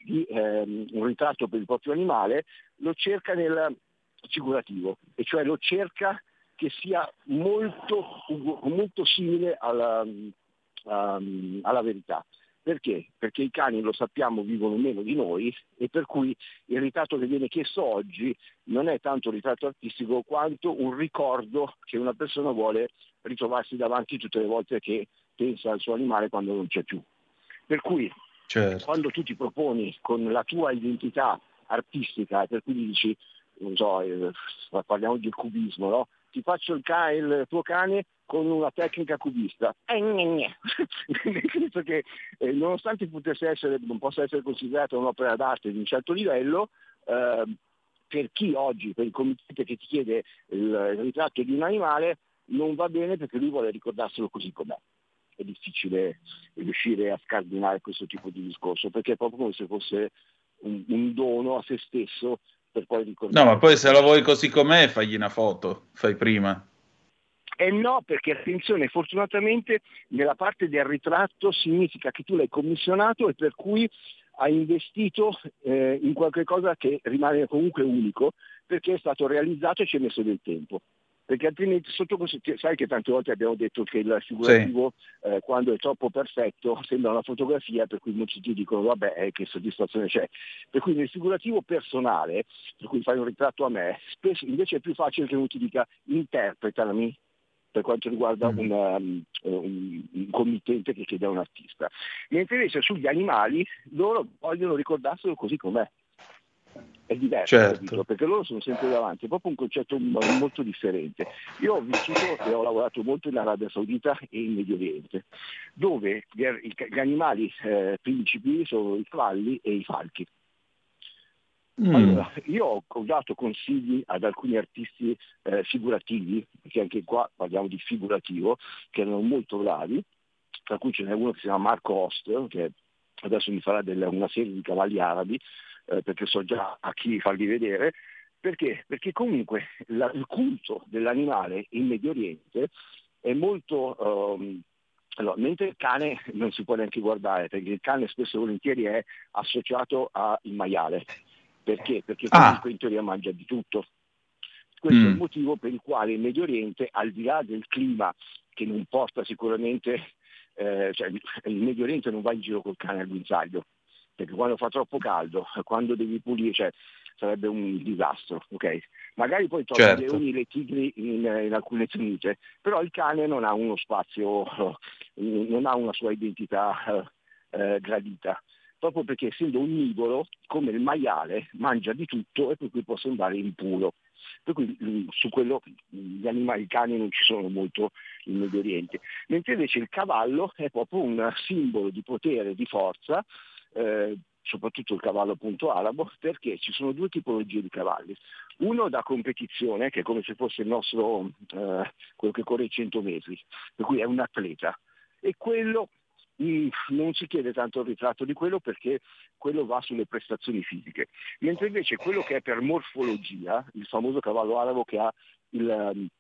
un ritratto per il proprio animale lo cerca nel figurativo, e cioè lo cerca che sia molto simile alla verità. Perché? Perché i cani, lo sappiamo, vivono meno di noi, e per cui il ritratto che viene chiesto oggi non è tanto un ritratto artistico quanto un ricordo che una persona vuole ritrovarsi davanti tutte le volte che pensa al suo animale quando non c'è più. Per cui quando tu ti proponi con la tua identità artistica, per cui dici, non so, parliamo di cubismo, no? Ti faccio il tuo cane con una tecnica cubista. Nel senso che nonostante non possa essere considerata un'opera d'arte di un certo livello, per chi oggi, per il committente che ti chiede il ritratto di un animale, non va bene perché lui vuole ricordarselo così com'è. È difficile riuscire a scardinare questo tipo di discorso, perché è proprio come se fosse un dono a se stesso per poi ricordare. No, ma poi se lo vuoi così com'è, fagli una foto, fai prima. No, perché attenzione, fortunatamente nella parte del ritratto significa che tu l'hai commissionato e per cui hai investito in qualche cosa che rimane comunque unico, perché è stato realizzato e ci hai messo del tempo. Perché altrimenti sai che tante volte abbiamo detto che il figurativo quando è troppo perfetto sembra una fotografia, per cui molti ti dicono vabbè che soddisfazione c'è. Per cui nel figurativo personale, per cui fai un ritratto a me, spesso invece è più facile che uno ti dica interpretami, per quanto riguarda un committente che chiede a un artista. Mentre invece sugli animali loro vogliono ricordarselo così com'è. È diverso, capito? Perché loro sono sempre davanti, è proprio un concetto molto differente. Io ho vissuto e ho lavorato molto in Arabia Saudita e in Medio Oriente, dove gli animali principi sono i cavalli e i falchi. Allora, io ho dato consigli ad alcuni artisti figurativi, perché anche qua parliamo di figurativo, che erano molto bravi, tra cui ce n'è uno che si chiama Marco Oster, che adesso mi farà una serie di cavalli arabi, perché so già a chi farli vedere. Perché? Perché comunque il culto dell'animale in Medio Oriente è molto... allora, mentre il cane non si può neanche guardare, perché il cane spesso e volentieri è associato al maiale. Perché? Perché comunque in teoria mangia di tutto. Questo è il motivo per il quale il Medio Oriente, al di là del clima che non porta sicuramente, cioè il Medio Oriente non va in giro col cane al guinzaglio, perché quando fa troppo caldo, quando devi pulire, cioè sarebbe un disastro, ok? Magari poi trovi i leoni e le tigri in alcune tenute, però il cane non ha uno spazio, non ha una sua identità gradita. Proprio perché essendo onnivoro, come il maiale, mangia di tutto e per cui può sembrare impuro. Per cui su quello gli animali, i cani non ci sono molto in Medio Oriente. Mentre invece il cavallo è proprio un simbolo di potere, di forza, soprattutto il cavallo appunto arabo, perché ci sono due tipologie di cavalli. Uno da competizione, che è come se fosse il nostro, quello che corre i 100 metri, per cui è un atleta, e quello non si chiede tanto il ritratto di quello perché quello va sulle prestazioni fisiche, mentre invece quello che è per morfologia, il famoso cavallo arabo che ha il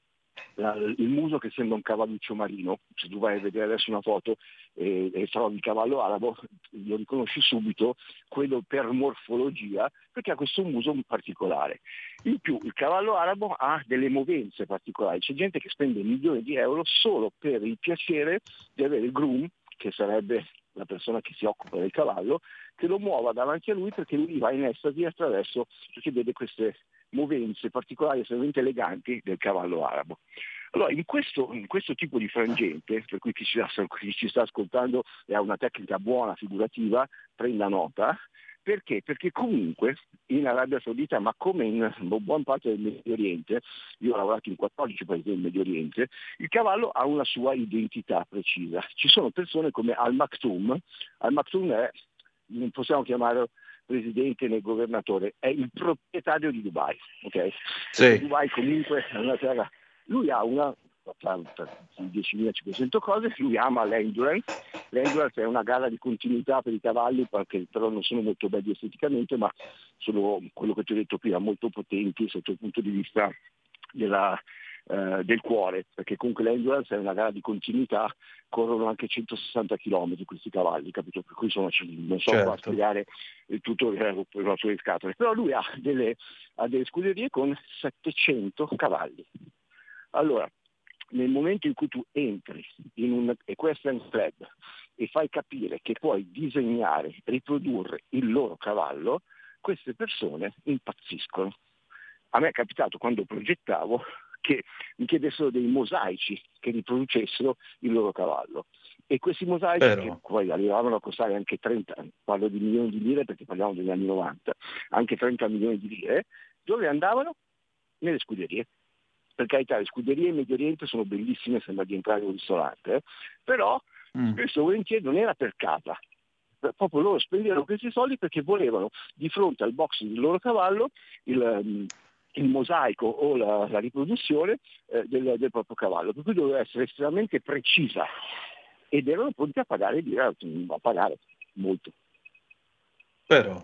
muso che sembra un cavalluccio marino, se tu vai a vedere adesso una foto e trovi il cavallo arabo lo riconosci subito, quello per morfologia, perché ha questo muso particolare. In più il cavallo arabo ha delle movenze particolari, c'è gente che spende milioni di euro solo per il piacere di avere il groom, che sarebbe la persona che si occupa del cavallo, che lo muova davanti a lui perché lui va in estasi perché vede queste movenze particolari estremamente eleganti del cavallo arabo. Allora in questo tipo di frangente, per cui chi ci sta ascoltando e ha una tecnica buona figurativa, prenda nota. Perché? Perché comunque in Arabia Saudita, ma come in buona parte del Medio Oriente, io ho lavorato in 14 paesi del Medio Oriente, il cavallo ha una sua identità precisa. Ci sono persone come Al Maktoum è, non possiamo chiamarlo presidente né governatore, è il proprietario di Dubai, ok? Sì. Dubai comunque è una terra, lui ha 10.500 cose, lui ama l'endurance L'endurance è una gara di continuità per i cavalli, perché però non sono molto belli esteticamente, ma sono, quello che ti ho detto prima, molto potenti sotto il punto di vista del cuore, perché comunque l'endurance è una gara di continuità, corrono anche 160 km questi cavalli, capito? Per cui insomma non so qua a spiegare tutto il rotto di scatole, però lui ha delle scuderie con 700 cavalli. Allora, nel momento in cui tu entri in un equestrian club e fai capire che puoi disegnare, riprodurre il loro cavallo, queste persone impazziscono. A me è capitato quando progettavo che mi chiedessero dei mosaici che riproducessero il loro cavallo. E questi mosaici, che poi arrivavano a costare anche 30, parlo di milioni di lire perché parliamo degli anni 90, anche 30 milioni di lire, dove andavano? Nelle scuderie. Per carità, le scuderie in Medio Oriente sono bellissime, sembra di entrare in un ristorante, però spesso volentieri non era per casa. Proprio loro spendevano questi soldi perché volevano di fronte al box del loro cavallo il mosaico o la riproduzione del proprio cavallo, per cui doveva essere estremamente precisa ed erano pronti a pagare molto. Però.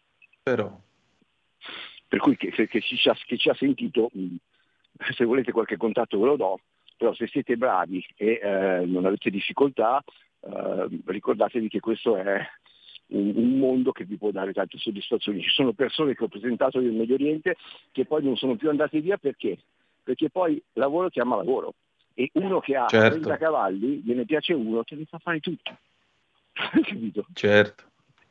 Per cui che ci ha sentito, se volete qualche contatto ve lo do, però se siete bravi e non avete difficoltà, ricordatevi che questo è un mondo che vi può dare tante soddisfazioni. Ci sono persone che ho presentato nel Medio Oriente che poi non sono più andate via perché poi lavoro chiama lavoro, e uno che ha 30 cavalli gliene piace uno che li fa fare tutti. Capito? Certo.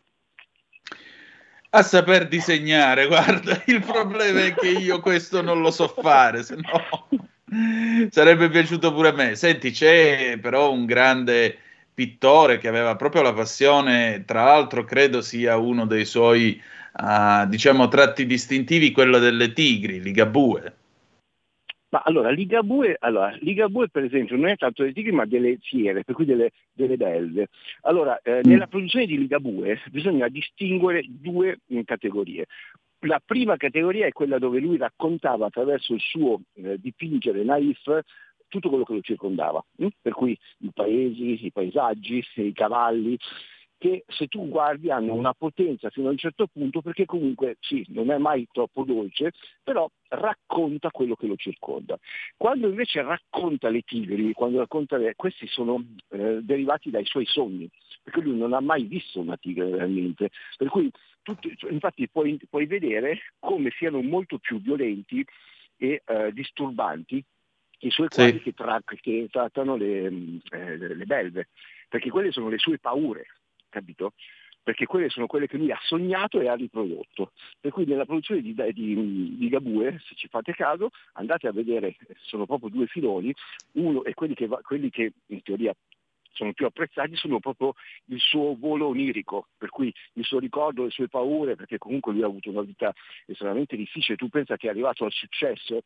A saper disegnare, guarda, il problema è che io questo non lo so fare, se no sarebbe piaciuto pure a me. Senti, c'è però un grande pittore che aveva proprio la passione, tra l'altro credo sia uno dei suoi diciamo tratti distintivi, quello delle tigri, Ligabue. Ma allora Ligabue per esempio non è tanto delle tigri ma delle fiere, per cui delle belve. Allora nella produzione di Ligabue bisogna distinguere due categorie. La prima categoria è quella dove lui raccontava attraverso il suo dipingere naif tutto quello che lo circondava, per cui i paesi, i paesaggi, i cavalli, che se tu guardi hanno una potenza fino a un certo punto, perché comunque sì, non è mai troppo dolce, però racconta quello che lo circonda. Quando invece racconta le tigri, questi sono derivati dai suoi sogni, perché lui non ha mai visto una tigre realmente, per cui infatti puoi vedere come siano molto più violenti e disturbanti i suoi quadri che trattano le belve, perché quelle sono le sue paure, capito? Perché quelle sono quelle che lui ha sognato e ha riprodotto. Per cui nella produzione di Ligabue, se ci fate caso, andate a vedere, sono proprio due filoni, uno è quelli che in teoria sono più apprezzati, sono proprio il suo volo onirico, per cui il suo ricordo, le sue paure, perché comunque lui ha avuto una vita estremamente difficile. Tu pensa che è arrivato al successo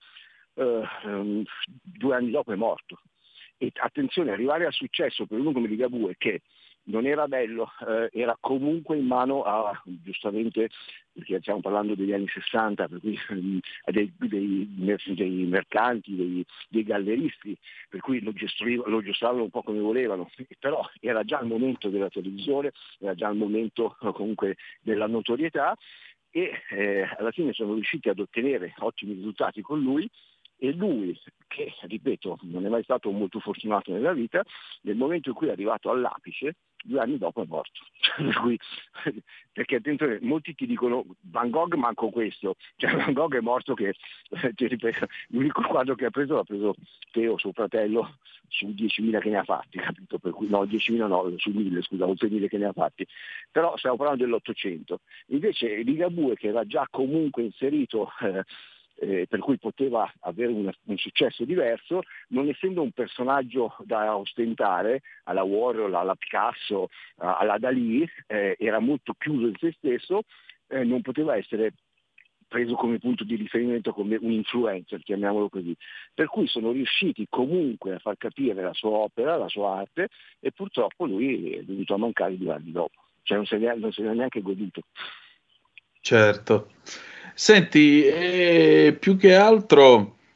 2 anni dopo è morto. E attenzione, arrivare al successo per uno come Ligabue, che non era bello, era comunque in mano a, giustamente, perché stiamo parlando degli anni 60, per cui dei mercanti, dei galleristi, per cui lo gestravano un po' come volevano, però era già il momento della televisione, era già il momento comunque della notorietà, e alla fine sono riusciti ad ottenere ottimi risultati con lui. E lui, che ripeto non è mai stato molto fortunato nella vita, nel momento in cui è arrivato all'apice, 2 anni dopo è morto. Perché attenzione, molti ti dicono Van Gogh manco questo, cioè Van Gogh è morto che, ti ripeto, l'unico quadro che ha preso l'ha preso Teo, suo fratello, su 10.000 che ne ha fatti, capito? Per cui, no, 10.000 no, su 1.000, scusa, oltre 1.000 che ne ha fatti. Però stiamo parlando dell'800. Invece Ligabue, che era già comunque inserito per cui poteva avere un successo diverso, non essendo un personaggio da ostentare alla Warhol, alla Picasso, alla Dalì, era molto chiuso in se stesso, non poteva essere preso come punto di riferimento, come un influencer, chiamiamolo così. Per cui sono riusciti comunque a far capire la sua opera, la sua arte, e purtroppo lui è venuto a mancare 2 anni dopo. Cioè non se ne ha neanche goduto. Certo. Senti, più che altro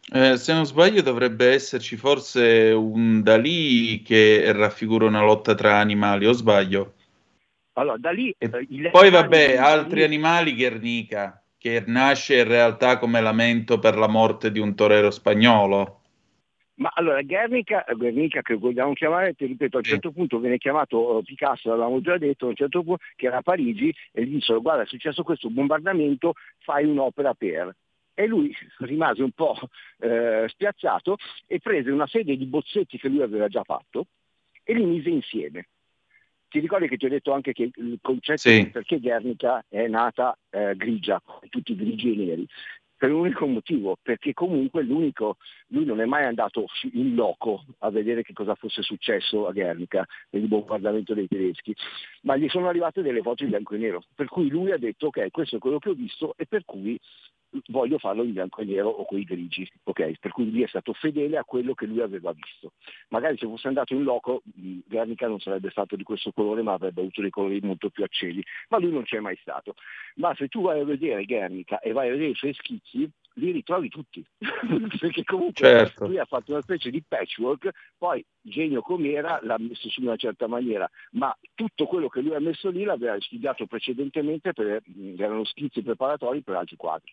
Se non sbaglio dovrebbe esserci forse un Dalì che raffigura una lotta tra animali, o sbaglio? Allora, da lì E i poi lettani vabbè, di altri Dalì. animali, Guernica, che nasce in realtà come lamento per la morte di un torero spagnolo. Ma allora, Guernica che vogliamo chiamare, ti ripeto, a un Sì, certo punto viene chiamato Picasso, l'avevamo già detto, a un certo punto, che era a Parigi, e gli dissero: guarda, è successo questo bombardamento, fai un'opera per. E lui rimase un po' spiazzato e prese una serie di bozzetti che lui aveva già fatto e li mise insieme. Ti ricordi che ti ho detto anche che il concetto di sì, perché Guernica è nata grigia, tutti grigi e neri? Per un unico motivo, perché comunque lui non è mai andato in loco a vedere che cosa fosse successo a Guernica per il bombardamento dei tedeschi, ma gli sono arrivate delle foto in bianco e nero, per cui lui ha detto: ok, questo è quello che ho visto e per cui voglio farlo in bianco e nero o coi grigi, ok? Per cui lui è stato fedele a quello che lui aveva visto. Magari se fosse andato in loco, Guernica non sarebbe stato di questo colore, ma avrebbe avuto dei colori molto più accesi, ma lui non c'è mai stato. Ma se tu vai a vedere Guernica e vai a vedere i suoi schizzi, li ritrovi tutti, perché comunque certo. lui ha fatto una specie di patchwork, poi genio com'era l'ha messo su in una certa maniera, ma tutto quello che lui ha messo lì l'aveva studiato precedentemente, erano schizzi preparatori per altri quadri.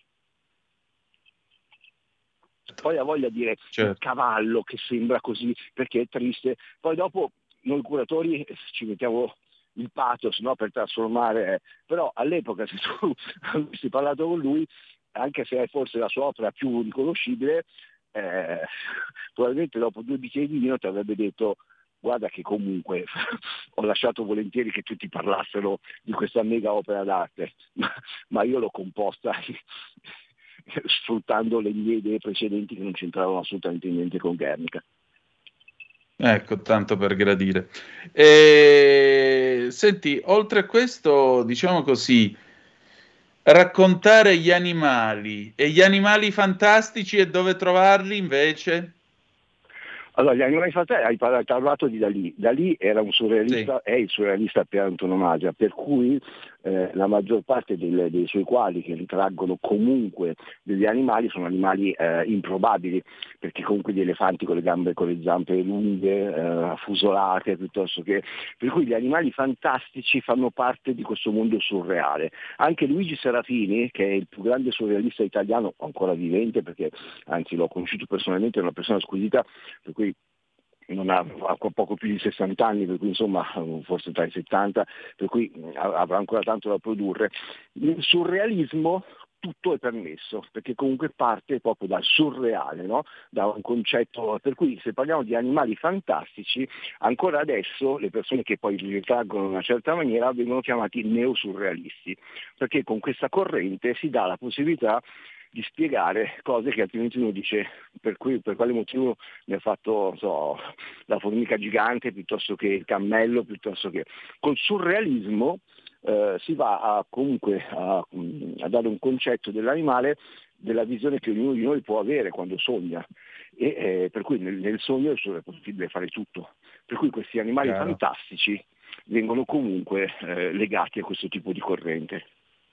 Poi ha voglia di dire il Certo. cavallo che sembra così perché è triste, poi dopo noi curatori ci mettiamo il pathos, no, per trasformare, però all'epoca se tu avessi parlato con lui, anche se è forse la sua opera più riconoscibile, eh, probabilmente dopo 2 bicchieri di vino ti avrebbe detto: guarda che comunque ho lasciato volentieri che tutti parlassero di questa mega opera d'arte, ma io l'ho composta sfruttando le mie idee precedenti che non c'entravano assolutamente niente con Guernica. Ecco, tanto per gradire. E, senti, oltre a questo, diciamo così, raccontare gli animali fantastici e dove trovarli invece? Allora, gli animali fantastici, hai parlato di Dalì. Dalì era un Sì, surrealista, è il surrealista per antonomasia, per cui la maggior parte dei suoi quadri che ritraggono comunque degli animali sono animali improbabili, perché comunque gli elefanti con le zampe lunghe, affusolate, piuttosto che. Per cui gli animali fantastici fanno parte di questo mondo surreale. Anche Luigi Serafini, che è il più grande surrealista italiano, ancora vivente, perché anzi l'ho conosciuto personalmente, è una persona squisita, per cui non ha poco più di 60 anni, per cui insomma forse tra i 70, per cui avrà ancora tanto da produrre. Il surrealismo tutto è permesso, perché comunque parte proprio dal surreale, no? Da un concetto, per cui se parliamo di animali fantastici, ancora adesso le persone che poi li ritraggono in una certa maniera vengono chiamati neosurrealisti, perché con questa corrente si dà la possibilità di spiegare cose che altrimenti uno dice per quale motivo ne ha fatto la formica gigante piuttosto che il cammello, piuttosto che. Col surrealismo si va comunque a dare un concetto dell'animale, della visione che ognuno di noi può avere quando sogna, e per cui nel sogno è possibile fare tutto, per cui questi animali chiaro. fantastici vengono comunque legati a questo tipo di corrente.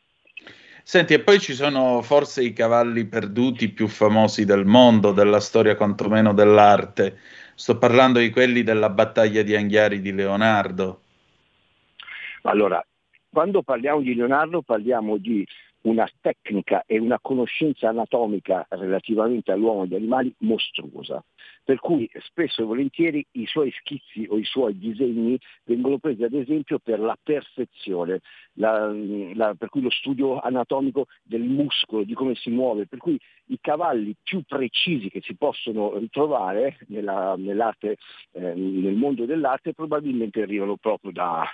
Senti, e poi ci sono forse i cavalli perduti più famosi del mondo, della storia quantomeno dell'arte. Sto parlando di quelli della battaglia di Anghiari di Leonardo. Allora, quando parliamo di Leonardo parliamo di una tecnica e una conoscenza anatomica relativamente all'uomo e agli animali mostruosa, per cui spesso e volentieri i suoi schizzi o i suoi disegni vengono presi ad esempio per la perfezione, per cui lo studio anatomico del muscolo, di come si muove, per cui i cavalli più precisi che si possono ritrovare nell'arte, nel mondo dell'arte probabilmente arrivano proprio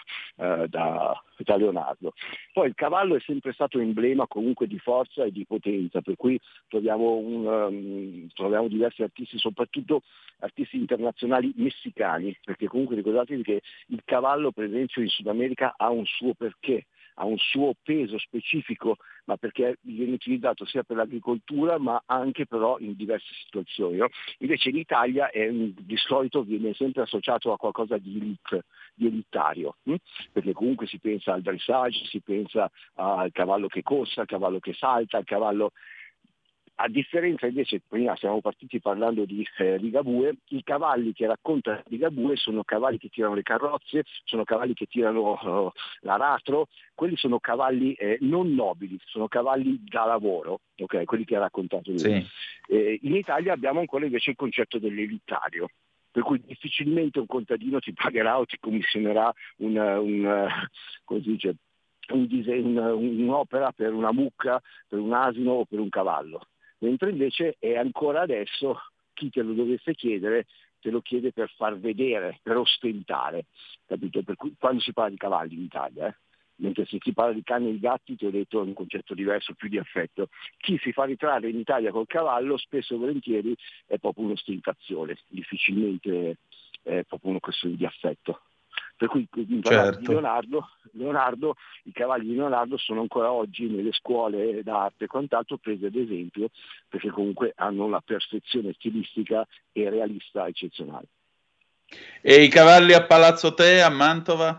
da Leonardo. Poi il cavallo è sempre stato emblema comunque di forza e di potenza, per cui troviamo diversi artisti, soprattutto artisti internazionali messicani, perché comunque ricordatevi che il cavallo per esempio in Sud America ha un suo perché, ha un suo peso specifico, ma perché viene utilizzato sia per l'agricoltura ma anche però in diverse situazioni. No? Invece in Italia di solito viene sempre associato a qualcosa di elite, di elitario, perché comunque si pensa al dressage, si pensa al cavallo che corsa, al cavallo che salta, al cavallo. A differenza invece, prima siamo partiti parlando di Ligabue, i cavalli che racconta Ligabue sono cavalli che tirano le carrozze, sono cavalli che tirano l'aratro, quelli sono cavalli non nobili, sono cavalli da lavoro, okay? Quelli che ha raccontato lui. Sì. In Italia abbiamo ancora invece il concetto dell'elitario, per cui difficilmente un contadino ti pagherà o ti commissionerà come si dice, un'opera per una mucca, per un asino o per un cavallo. Mentre invece è ancora adesso, chi te lo dovesse chiedere, te lo chiede per far vedere, per ostentare, capito? Per cui, quando si parla di cavalli in Italia, mentre se si parla di cani e di gatti, ti ho detto è un concetto diverso, più di affetto. Chi si fa ritrarre in Italia col cavallo, spesso e volentieri è proprio un'ostentazione, difficilmente è proprio una questione di affetto. Per cui di Leonardo, i cavalli di Leonardo sono ancora oggi nelle scuole d'arte e quant'altro presi ad esempio, perché comunque hanno una perfezione stilistica e realista eccezionale. E i cavalli a Palazzo Te a Mantova?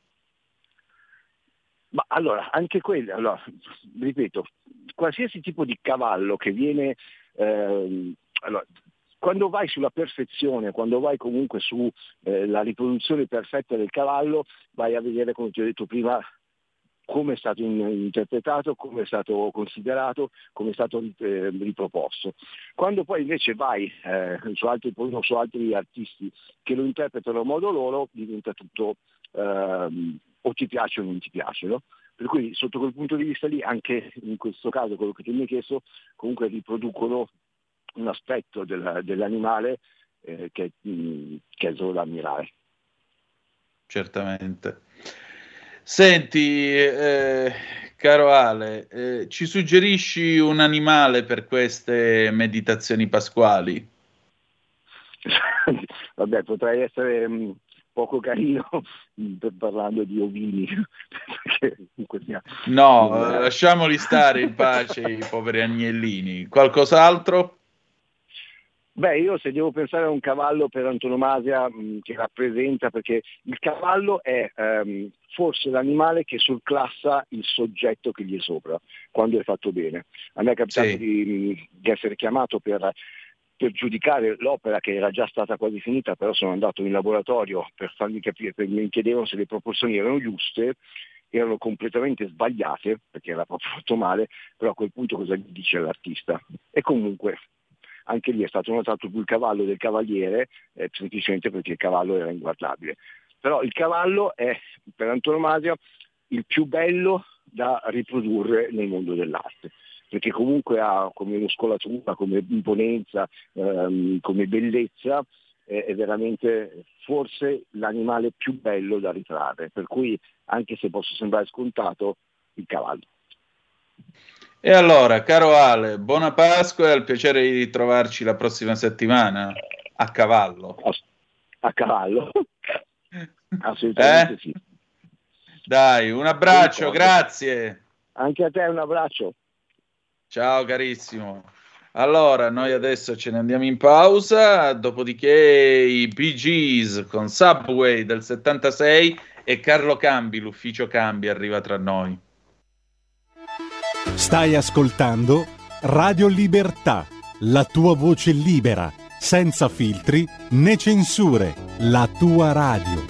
Ma allora, anche quelli, ripeto, qualsiasi tipo di cavallo che viene... quando vai sulla perfezione, quando vai comunque su la riproduzione perfetta del cavallo, vai a vedere, come ti ho detto prima, come è stato interpretato, come è stato considerato, come è stato riproposto. Quando poi invece vai su altri artisti che lo interpretano a modo loro, diventa tutto o ti piace o non ti piace, no? Per cui sotto quel punto di vista lì, anche in questo caso, quello che tu mi hai chiesto, comunque riproducono un aspetto dell'animale che è solo da ammirare. Certamente. Senti, caro Ale, ci suggerisci un animale per queste meditazioni pasquali? Vabbè, potrei essere poco carino parlando di ovini. Lasciamoli stare in pace i poveri agnellini. Qualcos'altro? Beh, io se devo pensare a un cavallo per antonomasia che rappresenta, perché il cavallo è forse l'animale che surclassa il soggetto che gli è sopra, quando è fatto bene. A me è capitato di essere chiamato per giudicare l'opera che era già stata quasi finita, però sono andato in laboratorio per farmi capire, mi chiedevano se le proporzioni erano giuste, erano completamente sbagliate, perché era proprio fatto male, però a quel punto cosa gli dice l'artista? E comunque anche lì è stato notato più il cavallo del cavaliere, semplicemente perché il cavallo era inguardabile. Però il cavallo è, per antonomasia, il più bello da riprodurre nel mondo dell'arte, perché comunque ha come muscolatura, come imponenza, come bellezza, è veramente forse l'animale più bello da ritrarre, per cui anche se posso sembrare scontato, il cavallo. E allora, caro Ale, buona Pasqua e al piacere di ritrovarci la prossima settimana a cavallo. A cavallo? Assolutamente sì. Dai, un abbraccio, grazie. Anche a te un abbraccio. Ciao carissimo. Allora, noi adesso ce ne andiamo in pausa, dopodiché i Bee Gees con Subway del 76 e Carlo Cambi, l'ufficio Cambi, arriva tra noi. Stai ascoltando Radio Libertà, la tua voce libera, senza filtri né censure, la tua radio.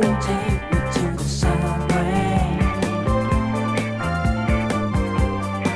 Take me to the subway.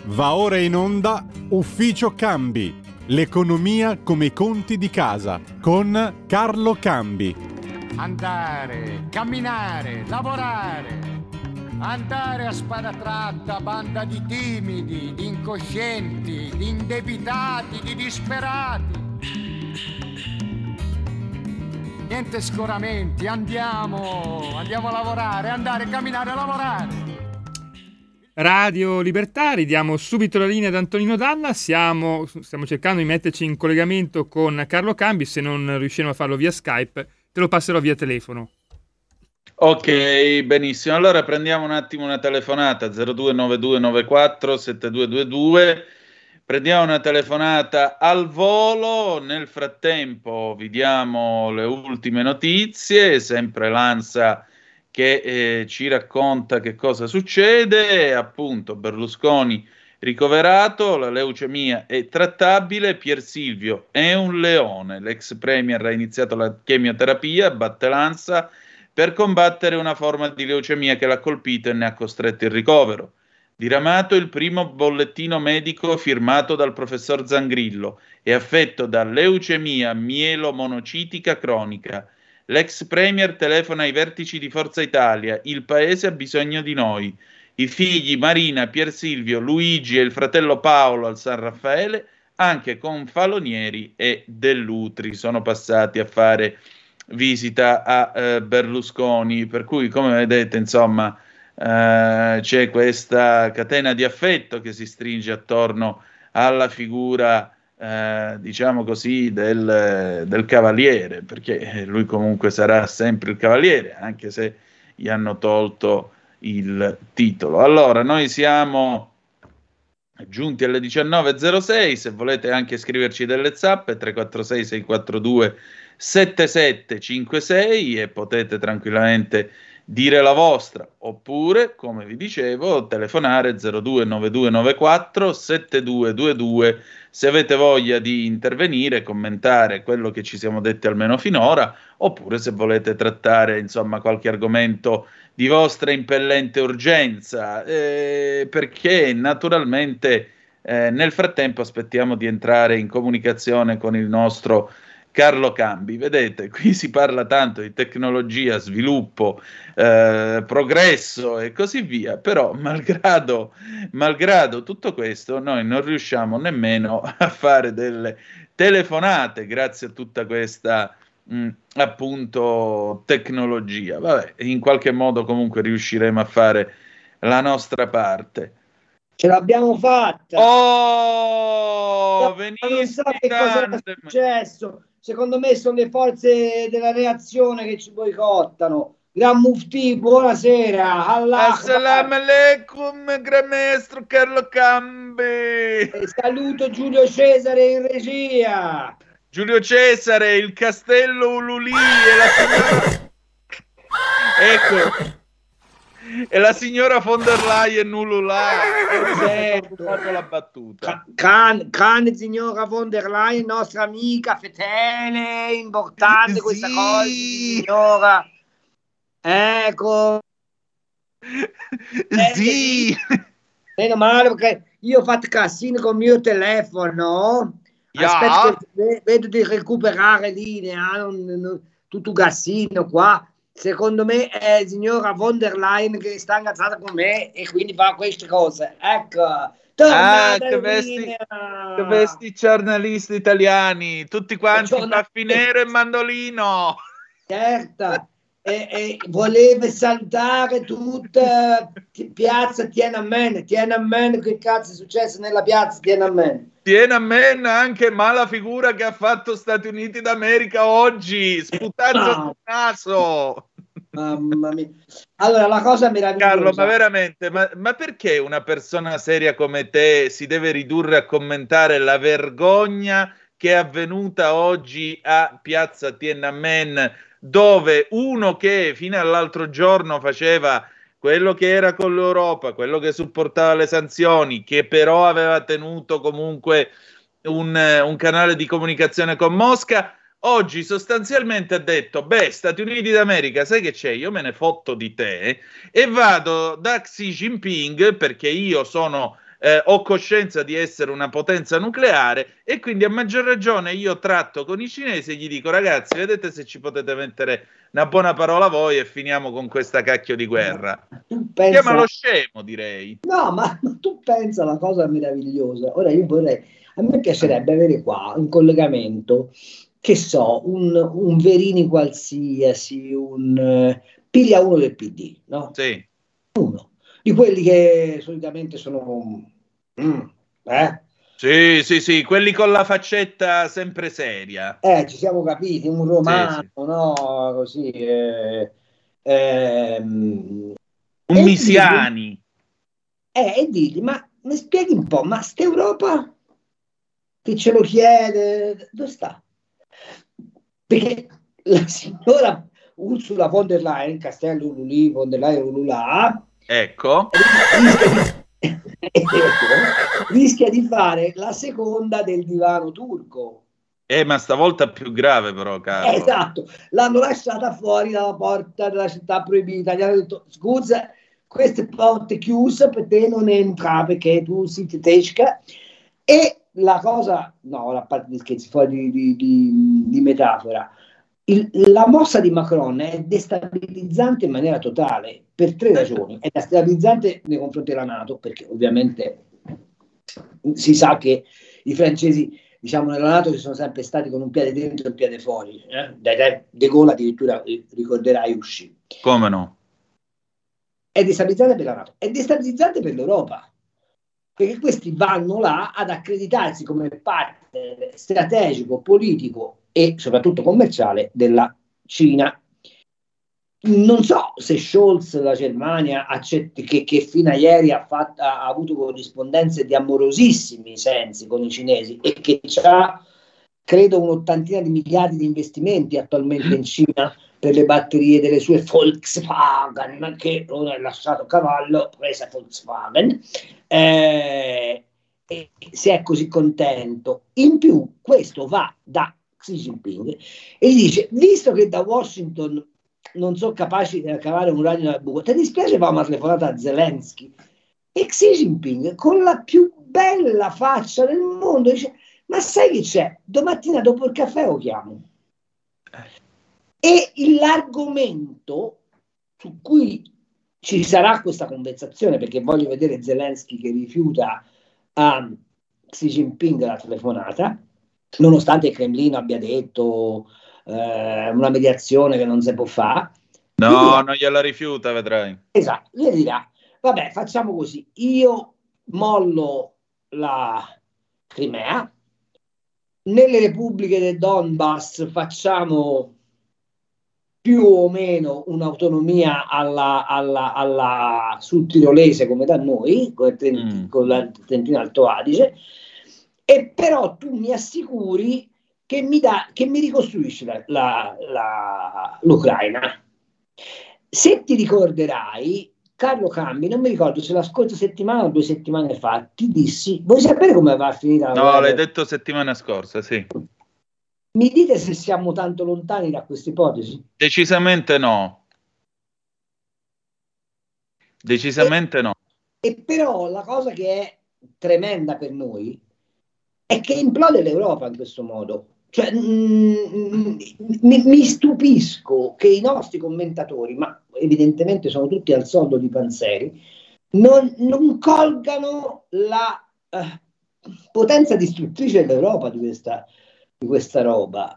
Va ora in onda Ufficio Cambi, l'economia come i conti di casa, con Carlo Cambi. Andare, camminare, lavorare, andare a spada tratta, banda di timidi, di incoscienti, di indebitati, di disperati. Niente scoramenti, andiamo a lavorare, andare, camminare, lavorare. Radio Libertà, ridiamo subito la linea ad Antonino Danna, stiamo cercando di metterci in collegamento con Carlo Cambi, se non riusciamo a farlo via Skype te lo passerò via telefono. Ok, benissimo, allora prendiamo un attimo una telefonata, 0292947222, prendiamo una telefonata al volo, nel frattempo vi diamo le ultime notizie, sempre l'ANSA che ci racconta che cosa succede, appunto Berlusconi ricoverato, la leucemia è trattabile, Pier Silvio è un leone, l'ex premier ha iniziato la chemioterapia, batte l'ANSA, per combattere una forma di leucemia che l'ha colpito e ne ha costretto il ricovero. Diramato il primo bollettino medico firmato dal professor Zangrillo, è affetto da leucemia mielomonocitica cronica. L'ex premier telefona ai vertici di Forza Italia, il paese ha bisogno di noi. I figli Marina, Pier Silvio, Luigi e il fratello Paolo al San Raffaele, anche con Falonieri e Dell'Utri, sono passati a fare visita a Berlusconi, per cui come vedete insomma c'è questa catena di affetto che si stringe attorno alla figura diciamo così del cavaliere, perché lui comunque sarà sempre il cavaliere anche se gli hanno tolto il titolo. Allora noi siamo giunti alle 19.06, se volete anche scriverci delle zappe 346 642 7756 e potete tranquillamente dire la vostra, oppure come vi dicevo telefonare 029294 7222 se avete voglia di intervenire, commentare quello che ci siamo detti almeno finora, oppure se volete trattare insomma qualche argomento di vostra impellente urgenza, perché naturalmente nel frattempo aspettiamo di entrare in comunicazione con il nostro Carlo Cambi. Vedete, qui si parla tanto di tecnologia, sviluppo, progresso e così via, però malgrado tutto questo noi non riusciamo nemmeno a fare delle telefonate grazie a tutta questa appunto tecnologia. Vabbè, in qualche modo comunque riusciremo a fare la nostra parte. Ce l'abbiamo fatta. Oh, benissimo. Non so che cosa è successo. Secondo me sono le forze della reazione che ci boicottano. Gran Mufti, buonasera. Assalamu alaikum, Gran Maestro Carlo Cambi. Saluto Giulio Cesare in regia. Giulio Cesare, il castello Ululì e la signora... Ecco, e la signora von der Leyen Ululà. Certo. Ho fatto la battuta. Cane signora von der Leyen, nostra amica, fetele, importante questa cosa, signora. Ecco. Sì. Meno male perché io ho fatto casino con il mio telefono. Aspetta che vedo di recuperare linea, tutto gassino qua. Secondo me è signora von der Leyen che sta ingazzata con me e quindi fa queste cose. Ecco. Che vesti giornalisti italiani, tutti quanti baffi nero e mandolino. Certo. E voleva salutare tutta piazza Tiananmen. Che cazzo è successo nella piazza Tiananmen? Tiananmen anche mala figura che ha fatto Stati Uniti d'America oggi, sputando sul naso. Mamma mia. Allora la cosa meravigliosa, Carlo, ma veramente, ma perché una persona seria come te si deve ridurre a commentare la vergogna che è avvenuta oggi a piazza Tiananmen, dove uno che fino all'altro giorno faceva quello che era con l'Europa, quello che supportava le sanzioni, che però aveva tenuto comunque un canale di comunicazione con Mosca, oggi sostanzialmente ha detto: beh, Stati Uniti d'America, sai che c'è? Io me ne fotto di te e vado da Xi Jinping perché io sono ho coscienza di essere una potenza nucleare, e quindi a maggior ragione io tratto con i cinesi e gli dico: ragazzi, vedete se ci potete mettere una buona parola voi e finiamo con questa cacchio di guerra. Chiamalo scemo, direi. No, ma tu pensa alla cosa meravigliosa. Ora io a me piacerebbe avere qua in collegamento, che so, un Verini qualsiasi, piglia uno del PD, no? Sì. Uno di quelli che solitamente sono Sì, quelli con la faccetta sempre seria. Ci siamo capiti, un romano, sì. No? Così. Un Misiani. E digli, ma mi spieghi un po', ma st'Europa che ce lo chiede, dove sta? Perché la signora Ursula von der Leyen, Castello Ululì, von der Leyen Ululà, ecco, rischia di fare la seconda del divano turco. Ma stavolta più grave, però, caro. Esatto, l'hanno lasciata fuori dalla porta della città proibita. Gli hanno detto: scusa, queste porte chiuse per te non entra perché tu sei tedesca. E la cosa, no, a parte di scherzi, fuori di metafora, la mossa di Macron è destabilizzante in maniera totale per 3 ragioni. È destabilizzante nei confronti della NATO, perché ovviamente si sa che i francesi, diciamo, nella NATO ci sono sempre stati con un piede dentro e un piede fuori. De Gaulle addirittura, ricorderai, uscì. Come no? È destabilizzante per la NATO, è destabilizzante per l'Europa, perché questi vanno là ad accreditarsi come partner strategico, politico e soprattutto commerciale della Cina. Non so se Scholz, la Germania, accetti, che fino a ieri ha avuto corrispondenze di amorosissimi sensi con i cinesi e che ha, credo, un'ottantina di miliardi di investimenti attualmente in Cina per le batterie delle sue Volkswagen, che non è lasciato cavallo, presa Volkswagen, e se è così contento. In più questo va da Xi Jinping e gli dice: visto che da Washington non sono capaci di cavare un ragno dal buco, ti dispiace fare una telefonata a Zelensky? E Xi Jinping, con la più bella faccia del mondo, dice: ma sai che c'è? Domattina dopo il caffè lo chiamo. E l'argomento su cui ci sarà questa conversazione, perché voglio vedere Zelensky che rifiuta a Xi Jinping la telefonata, nonostante il Cremlino abbia detto una mediazione che non si può fare. No, non gliela rifiuta, vedrai. Esatto, gli dirà: vabbè, facciamo così, io mollo la Crimea, nelle repubbliche del Donbass facciamo più o meno un'autonomia alla sudtirolese come da noi, con la Trentino Alto Adige, e però tu mi assicuri che mi ricostruisci l'Ucraina. Se ti ricorderai, Carlo Cambi, non mi ricordo se la scorsa settimana o 2 settimane fa, ti dissi: vuoi sapere come va a finire la guerra? No, l'hai detto settimana scorsa, sì. Mi dite se siamo tanto lontani da questa ipotesi? Decisamente no. Decisamente no. E però la cosa che è tremenda per noi è che implode l'Europa in questo modo. Cioè, mi stupisco che i nostri commentatori, ma evidentemente sono tutti al soldo di Panzeri, non colgano la potenza distruttrice dell'Europa di questa roba.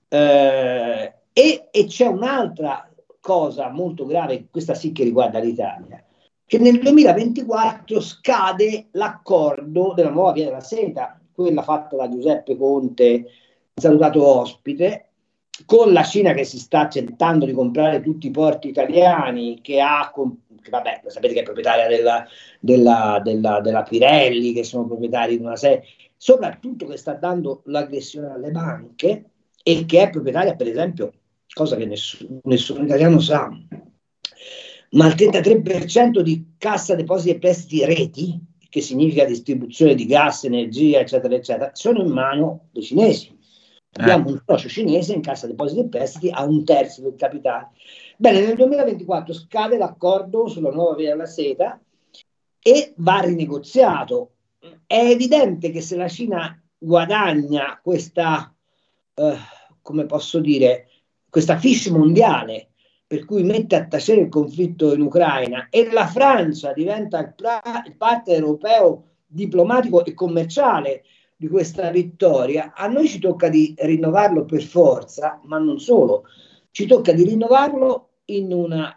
E c'è un'altra cosa molto grave, questa sì che riguarda l'Italia, che nel 2024 scade l'accordo della nuova Via della Seta, quella fatta da Giuseppe Conte, salutato ospite, con la Cina che si sta tentando di comprare tutti i porti italiani, che vabbè, sapete che è proprietaria della Pirelli, che sono proprietari di una serie, soprattutto che sta dando l'aggressione alle banche e che è proprietaria, per esempio, cosa che nessun italiano sa, ma il 33% di Cassa Depositi e Prestiti Reti, che significa distribuzione di gas, energia, eccetera, eccetera, sono in mano dei cinesi. Abbiamo un socio cinese in Cassa Depositi e Prestiti a 1/3 del capitale. Bene, nel 2024 scade l'accordo sulla nuova Via della Seta e va rinegoziato. è evidente che se la Cina guadagna questa, come posso dire, questa fiche mondiale, per cui mette a tacere il conflitto in Ucraina, e la Francia diventa il partner europeo diplomatico e commerciale di questa vittoria, a noi ci tocca di rinnovarlo per forza, ma non solo, ci tocca di rinnovarlo in una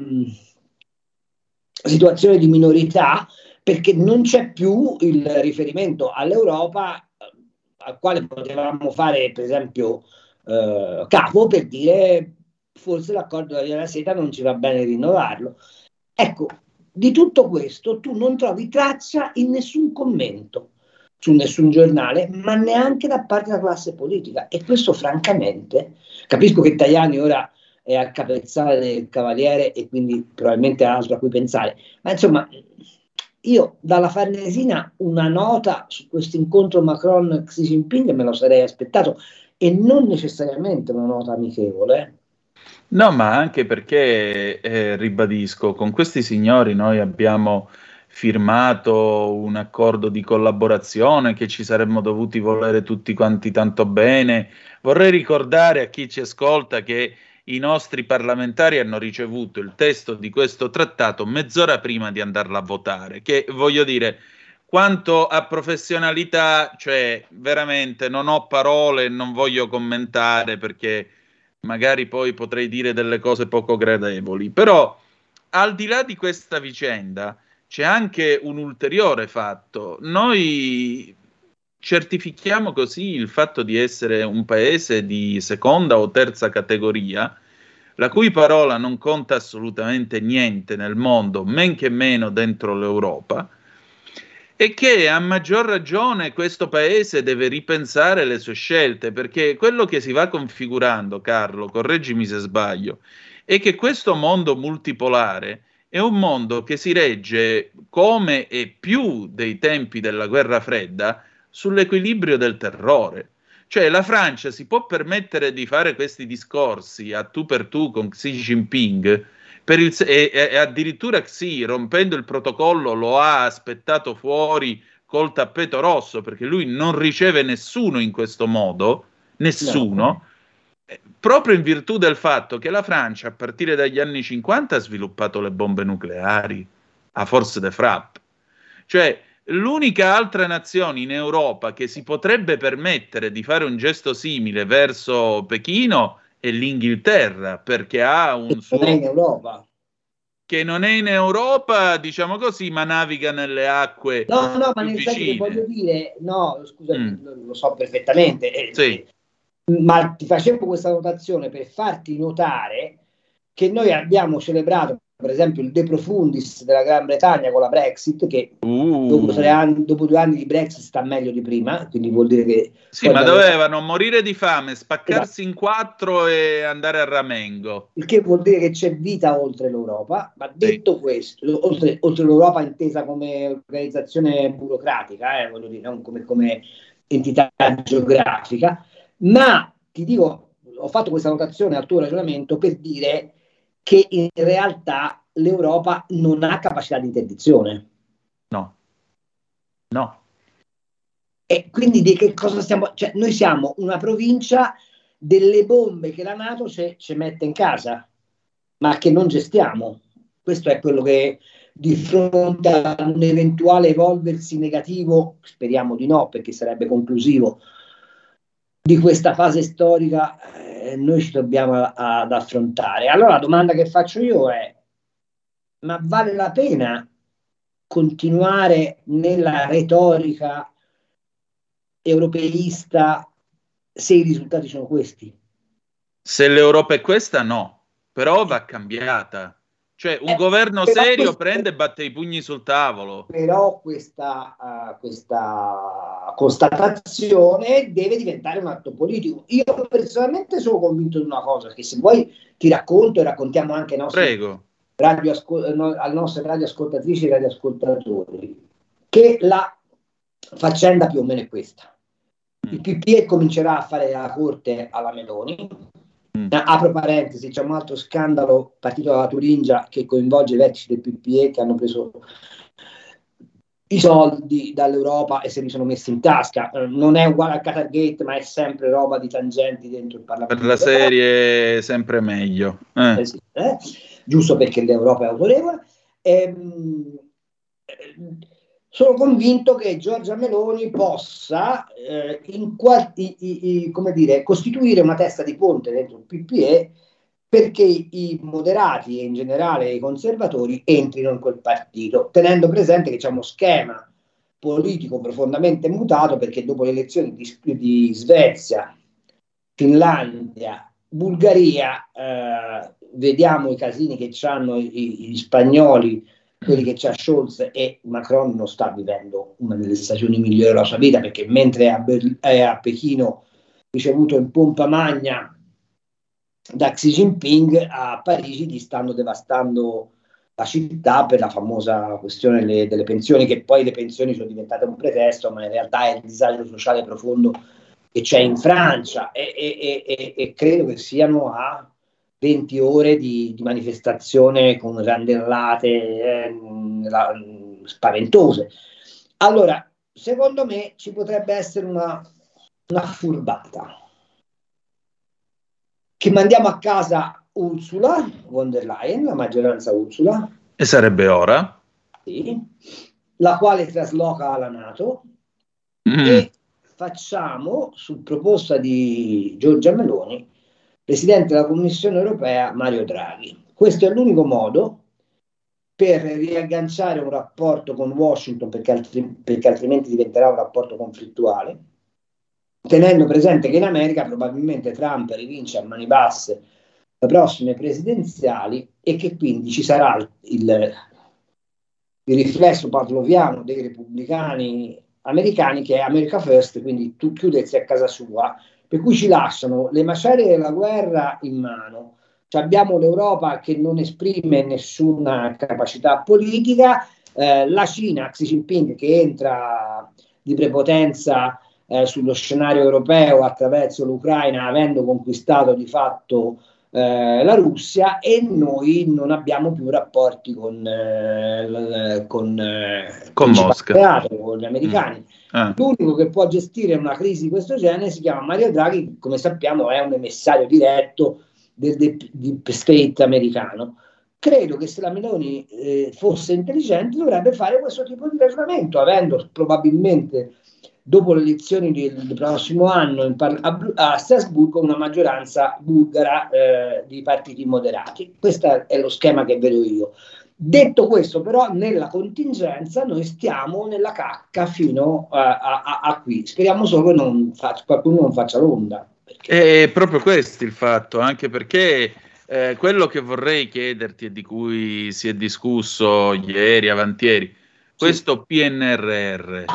situazione di minorità, perché non c'è più il riferimento all'Europa al quale potevamo fare, per esempio, capo per dire forse l'accordo della Via della Seta non ci va bene rinnovarlo. Ecco, di tutto questo tu non trovi traccia in nessun commento, su nessun giornale, ma neanche da parte della classe politica. E questo francamente, capisco che Tajani ora è al capezzale del Cavaliere e quindi probabilmente ha altro a cui pensare, ma insomma io dalla Farnesina una nota su questo incontro Macron-Xi Jinping me lo sarei aspettato, e non necessariamente una nota amichevole. No, ma anche perché, ribadisco, con questi signori noi abbiamo firmato un accordo di collaborazione che ci saremmo dovuti volere tutti quanti tanto bene. Vorrei ricordare a chi ci ascolta che i nostri parlamentari hanno ricevuto il testo di questo trattato mezz'ora prima di andarla a votare, che voglio dire, quanto a professionalità, cioè veramente non ho parole, non voglio commentare perché magari poi potrei dire delle cose poco gradevoli, però al di là di questa vicenda c'è anche un ulteriore fatto. Noi certifichiamo così il fatto di essere un paese di seconda o terza categoria, la cui parola non conta assolutamente niente nel mondo, men che meno dentro l'Europa, e che a maggior ragione questo paese deve ripensare le sue scelte, perché quello che si va configurando, Carlo, correggimi se sbaglio, è che questo mondo multipolare è un mondo che si regge, come e più dei tempi della guerra fredda, sull'equilibrio del terrore. Cioè la Francia si può permettere di fare questi discorsi a tu per tu con Xi Jinping, e addirittura Xi, rompendo il protocollo, lo ha aspettato fuori col tappeto rosso, perché lui non riceve nessuno in questo modo, nessuno, proprio in virtù del fatto che la Francia a partire dagli anni 50 ha sviluppato le bombe nucleari a force de frappe. Cioè l'unica altra nazione in Europa che si potrebbe permettere di fare un gesto simile verso Pechino è l'Inghilterra, perché ha un suo... Non è in Europa. Che non è in Europa, diciamo così, ma naviga nelle acque no, ma nel senso che voglio dire, no, scusa, lo so perfettamente, sì. Ma ti facevo questa notazione per farti notare che noi abbiamo celebrato, per esempio, il De Profundis della Gran Bretagna con la Brexit, che dopo 2 anni di Brexit sta meglio di prima, quindi vuol dire che... Sì, ma dovevano morire di fame, spaccarsi in 4 e andare a ramengo. Il che vuol dire che c'è vita oltre l'Europa, ma detto questo, oltre l'Europa intesa come organizzazione burocratica, voglio dire, non come entità geografica, ma ti dico, ho fatto questa notazione al tuo ragionamento per dire che in realtà l'Europa non ha capacità di interdizione. No. E quindi di che cosa stiamo... Cioè, noi siamo una provincia delle bombe che la NATO ci mette in casa, ma che non gestiamo. Questo è quello che di fronte a un eventuale evolversi negativo, speriamo di no, perché sarebbe conclusivo, di questa fase storica, noi ci dobbiamo ad affrontare. Allora la domanda che faccio io è: ma vale la pena continuare nella retorica europeista se i risultati sono questi? Se l'Europa è questa, no, però va cambiata. Cioè un governo serio prende e batte i pugni sul tavolo. Però questa constatazione deve diventare un atto politico. Io personalmente sono convinto di una cosa, che se vuoi ti racconto e raccontiamo anche ai nostri alle nostre radioascoltatrici e radioascoltatori, che la faccenda più o meno è questa. Il PPE comincerà a fare la corte alla Meloni. Apro parentesi, c'è un altro scandalo partito dalla Turingia che coinvolge i vertici del PPE che hanno preso i soldi dall'Europa e se li sono messi in tasca. Non è uguale al Qatargate, ma è sempre roba di tangenti dentro il Parlamento. Per la serie sempre meglio. Sì, giusto perché l'Europa è autorevole. Sono convinto che Giorgia Meloni possa come dire, costituire una testa di ponte dentro il PPE perché i moderati e in generale i conservatori entrino in quel partito, tenendo presente che c'è uno schema politico profondamente mutato, perché dopo le elezioni di Svezia, Finlandia, Bulgaria, vediamo i casini che hanno gli spagnoli, quelli che c'ha Scholz, e Macron non sta vivendo una delle stagioni migliori della sua vita, perché mentre è a Pechino ricevuto in pompa magna da Xi Jinping, a Parigi gli stanno devastando la città per la famosa questione delle pensioni, che poi le pensioni sono diventate un pretesto, ma in realtà è il disagio sociale profondo che c'è in Francia, e credo che siano a 20 ore di manifestazione con randellate spaventose. Allora, secondo me ci potrebbe essere una furbata, che mandiamo a casa Ursula von der Leyen, la maggioranza Ursula. E sarebbe ora. Sì, la quale trasloca la NATO, e facciamo, su proposta di Giorgia Meloni, Presidente della Commissione Europea Mario Draghi. Questo è l'unico modo per riagganciare un rapporto con Washington, perché altrimenti diventerà un rapporto conflittuale, tenendo presente che in America probabilmente Trump rivince a mani basse le prossime presidenziali, e che quindi ci sarà il riflesso pavloviano dei repubblicani americani, che è America First, quindi tu chiudersi a casa sua, per cui ci lasciano le macerie della guerra in mano. Abbiamo l'Europa che non esprime nessuna capacità politica, la Cina, Xi Jinping, che entra di prepotenza sullo scenario europeo attraverso l'Ucraina, avendo conquistato di fatto la Russia, e noi non abbiamo più rapporti con Mosca, con gli americani. L'unico che può gestire una crisi di questo genere si chiama Mario Draghi, che come sappiamo è un emissario diretto del deep state americano. Credo che se la Meloni fosse intelligente dovrebbe fare questo tipo di ragionamento, avendo probabilmente dopo le elezioni del prossimo anno a Strasburgo una maggioranza bulgara di partiti moderati. Questo è lo schema che vedo io. Detto questo, però, nella contingenza noi stiamo nella cacca fino a qui. Speriamo solo che qualcuno non faccia l'onda. È proprio questo il fatto, anche perché quello che vorrei chiederti e di cui si è discusso ieri, avantieri, questo PNRR.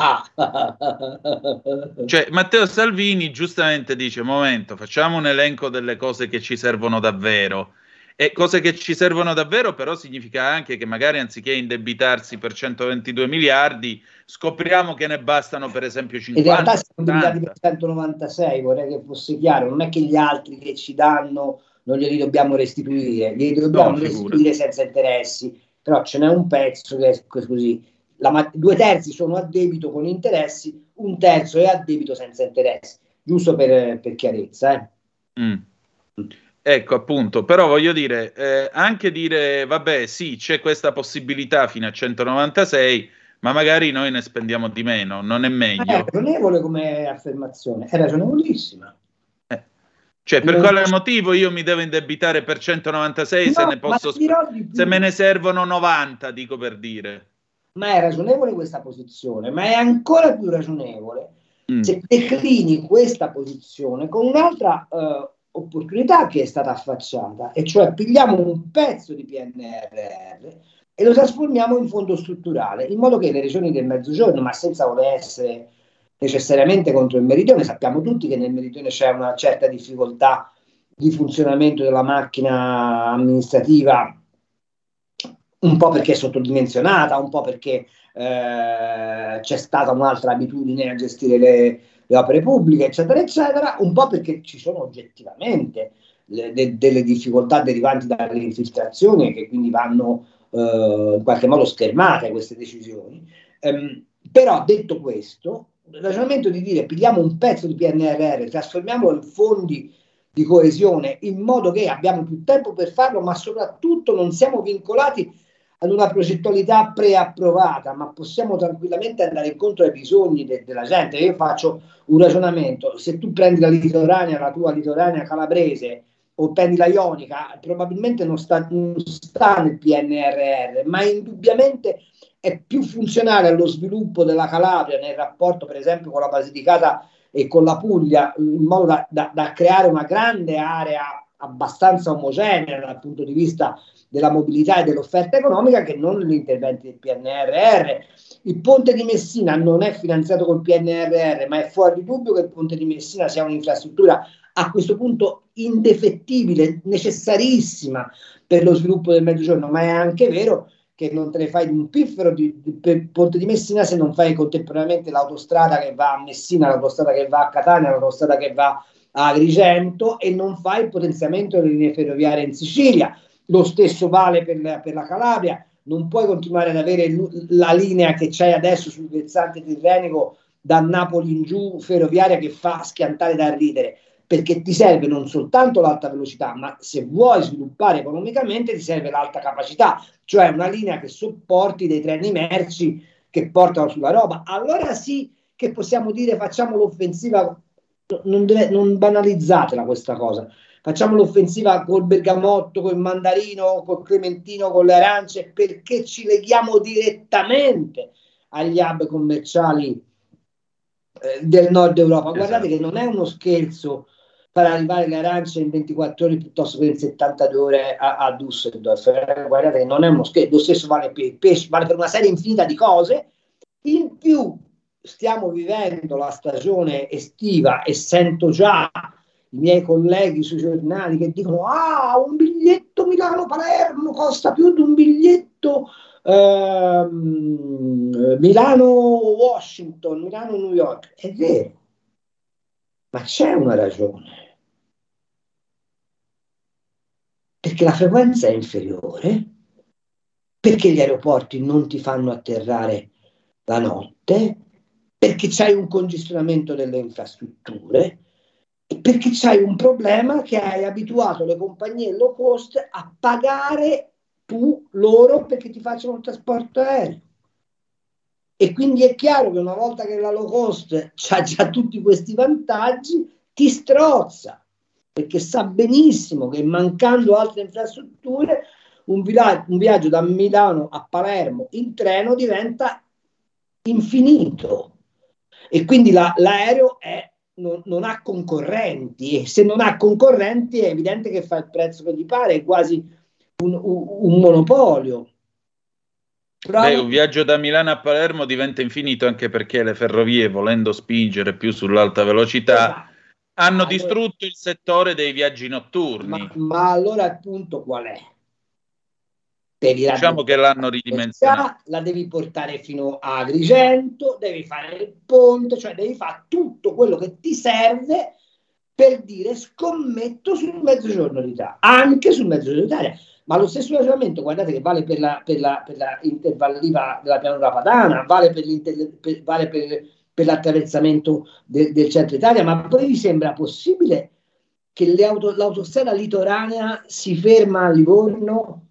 Cioè, Matteo Salvini giustamente dice: momento, facciamo un elenco delle cose che ci servono davvero. E cose che ci servono davvero però significa anche che magari anziché indebitarsi per 122 miliardi, scopriamo che ne bastano per esempio 50. In realtà siamo indebitate per 196, vorrei che fosse chiaro, non è che gli altri che ci danno non glieli dobbiamo restituire, glieli dobbiamo restituire senza interessi, però ce n'è un pezzo che è così. 2/3 sono a debito con interessi, 1/3 è a debito senza interessi, giusto per chiarezza. Ecco, appunto, però voglio dire, anche dire, vabbè, sì, c'è questa possibilità fino a 196, ma magari noi ne spendiamo di meno, non è meglio? È ragionevole come affermazione, è ragionevolissima. Cioè, per quale motivo io mi devo indebitare per 196 se ne posso se me ne servono 90, dico per dire. Ma è ragionevole questa posizione, ma è ancora più ragionevole se declini questa posizione con un'altra opportunità che è stata affacciata, e cioè pigliamo un pezzo di PNRR e lo trasformiamo in fondo strutturale, in modo che le regioni del Mezzogiorno, ma senza voler essere necessariamente contro il Meridione, sappiamo tutti che nel Meridione c'è una certa difficoltà di funzionamento della macchina amministrativa, un po' perché è sottodimensionata, un po' perché c'è stata un'altra abitudine a gestire le opere pubbliche, eccetera, eccetera, un po' perché ci sono oggettivamente delle difficoltà derivanti dalle infiltrazioni, che quindi vanno in qualche modo schermate queste decisioni. Però detto questo, il ragionamento di dire pigliamo un pezzo di PNRR, trasformiamolo in fondi di coesione in modo che abbiamo più tempo per farlo, ma soprattutto non siamo vincolati ad una progettualità preapprovata, ma possiamo tranquillamente andare incontro ai bisogni della gente. Io faccio un ragionamento: se tu prendi la tua litoranea calabrese, o prendi la Ionica, probabilmente non sta nel PNRR, ma indubbiamente è più funzionale allo sviluppo della Calabria nel rapporto, per esempio, con la Basilicata e con la Puglia, in modo da creare una grande area abbastanza omogenea dal punto di vista della mobilità e dell'offerta economica, che non gli interventi del PNRR. Il ponte di Messina non è finanziato col PNRR, ma è fuori di dubbio che il ponte di Messina sia un'infrastruttura a questo punto indefettibile, necessarissima per lo sviluppo del Mezzogiorno, ma è anche vero che non te ne fai di un piffero per ponte di Messina se non fai contemporaneamente l'autostrada che va a Messina, l'autostrada che va a Catania, l'autostrada che va a Agrigento, e non fai il potenziamento delle linee ferroviarie in Sicilia. Lo stesso vale per la Calabria. Non puoi continuare ad avere la linea che c'hai adesso sul versante tirrenico da Napoli in giù, ferroviaria, che fa schiantare da ridere, perché ti serve non soltanto l'alta velocità, ma se vuoi sviluppare economicamente ti serve l'alta capacità, cioè una linea che sopporti dei treni merci che portano sulla roba. Allora sì che possiamo dire facciamo l'offensiva, non banalizzatela questa cosa, facciamo l'offensiva col bergamotto, col mandarino, col clementino, con le arance, perché ci leghiamo direttamente agli hub commerciali del nord Europa. Guardate che non è uno scherzo far arrivare le arance in 24 ore piuttosto che in 72 ore a Düsseldorf. Guardate che non è uno scherzo. Lo stesso vale per il pesce, vale per una serie infinita di cose. In più stiamo vivendo la stagione estiva e sento già i miei colleghi sui giornali che dicono un biglietto Milano-Palermo costa più di un biglietto Milano-Washington, Milano-New York. È vero, ma c'è una ragione, perché la frequenza è inferiore, perché gli aeroporti non ti fanno atterrare la notte, perché c'hai un congestionamento delle infrastrutture, e perché c'hai un problema che hai abituato le compagnie low cost a pagare loro perché ti facciano il trasporto aereo. E quindi è chiaro che una volta che la low cost ha già tutti questi vantaggi, ti strozza, perché sa benissimo che mancando altre infrastrutture un viaggio da Milano a Palermo in treno diventa infinito, e quindi l'aereo non ha concorrenti, e se non ha concorrenti è evidente che fa il prezzo che gli pare, è quasi un monopolio. Un viaggio da Milano a Palermo diventa infinito, anche perché le ferrovie, volendo spingere più sull'alta velocità, hanno distrutto il settore dei viaggi notturni. Ma allora il punto qual è? Diciamo che l'hanno ridimensionato. La devi portare fino a Agrigento, devi fare il ponte, cioè devi fare tutto quello che ti serve per dire scommetto sul Mezzogiorno d'Italia, anche sul Mezzogiorno d'Italia. Ma lo stesso ragionamento, guardate, che vale per la intervalliva della pianura padana, vale per l'attraversamento del centro Italia. Ma poi vi sembra possibile che l'autostrada litoranea si ferma a Livorno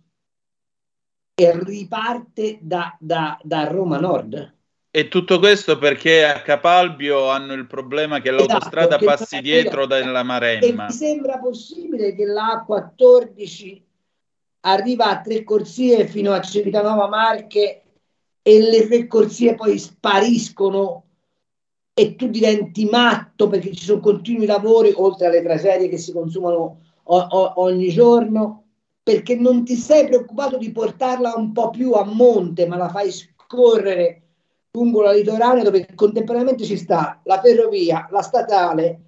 e riparte da Roma Nord? E tutto questo perché a Capalbio hanno il problema che l'autostrada passi dietro dalla Maremma. E vi sembra possibile che la A14 arriva a 3 corsie fino a Civitanova Marche e le 3 corsie poi spariscono e tu diventi matto perché ci sono continui lavori, oltre alle tragerie che si consumano ogni giorno, perché non ti sei preoccupato di portarla un po' più a monte, ma la fai scorrere lungo la litoranea, dove contemporaneamente ci sta la ferrovia, la statale,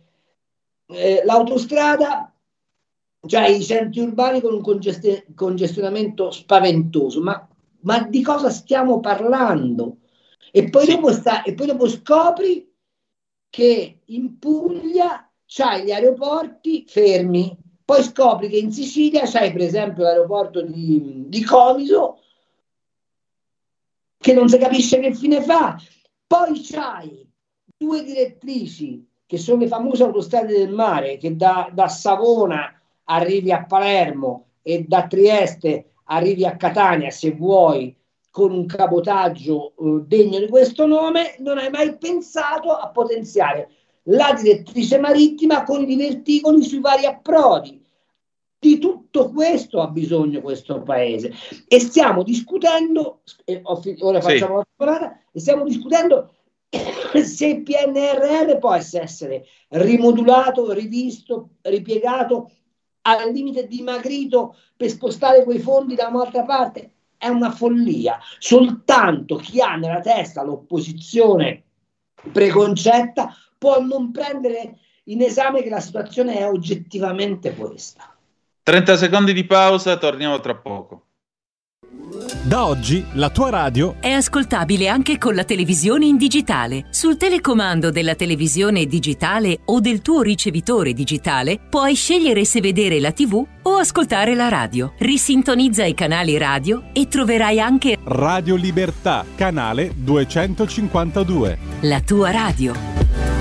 l'autostrada, cioè i centri urbani con un congestionamento spaventoso. Ma di cosa stiamo parlando? E poi, dopo scopri che in Puglia c'hai gli aeroporti fermi, poi scopri che in Sicilia c'hai per esempio l'aeroporto di Comiso che non si capisce che fine fa. Poi c'hai 2 direttrici che sono le famose autostrade del mare, che da Savona arrivi a Palermo e da Trieste arrivi a Catania, se vuoi, con un cabotaggio degno di questo nome. Non hai mai pensato a potenziare la direttrice marittima con i diverticoli sui vari approdi. Di tutto questo ha bisogno questo paese, e stiamo discutendo, ora facciamo la temporata, e stiamo discutendo se il PNRR può essere rimodulato, rivisto, ripiegato, al limite dimagrito per spostare quei fondi da un'altra parte. È una follia. Soltanto chi ha nella testa l'opposizione preconcetta può non prendere in esame che la situazione è oggettivamente questa. 30 secondi di pausa, torniamo tra poco. Da oggi la tua radio è ascoltabile anche con la televisione in digitale. Sul telecomando della televisione digitale o del tuo ricevitore digitale puoi scegliere se vedere la TV o ascoltare la radio. Risintonizza i canali radio e troverai anche Radio Libertà, canale 252. La tua radio.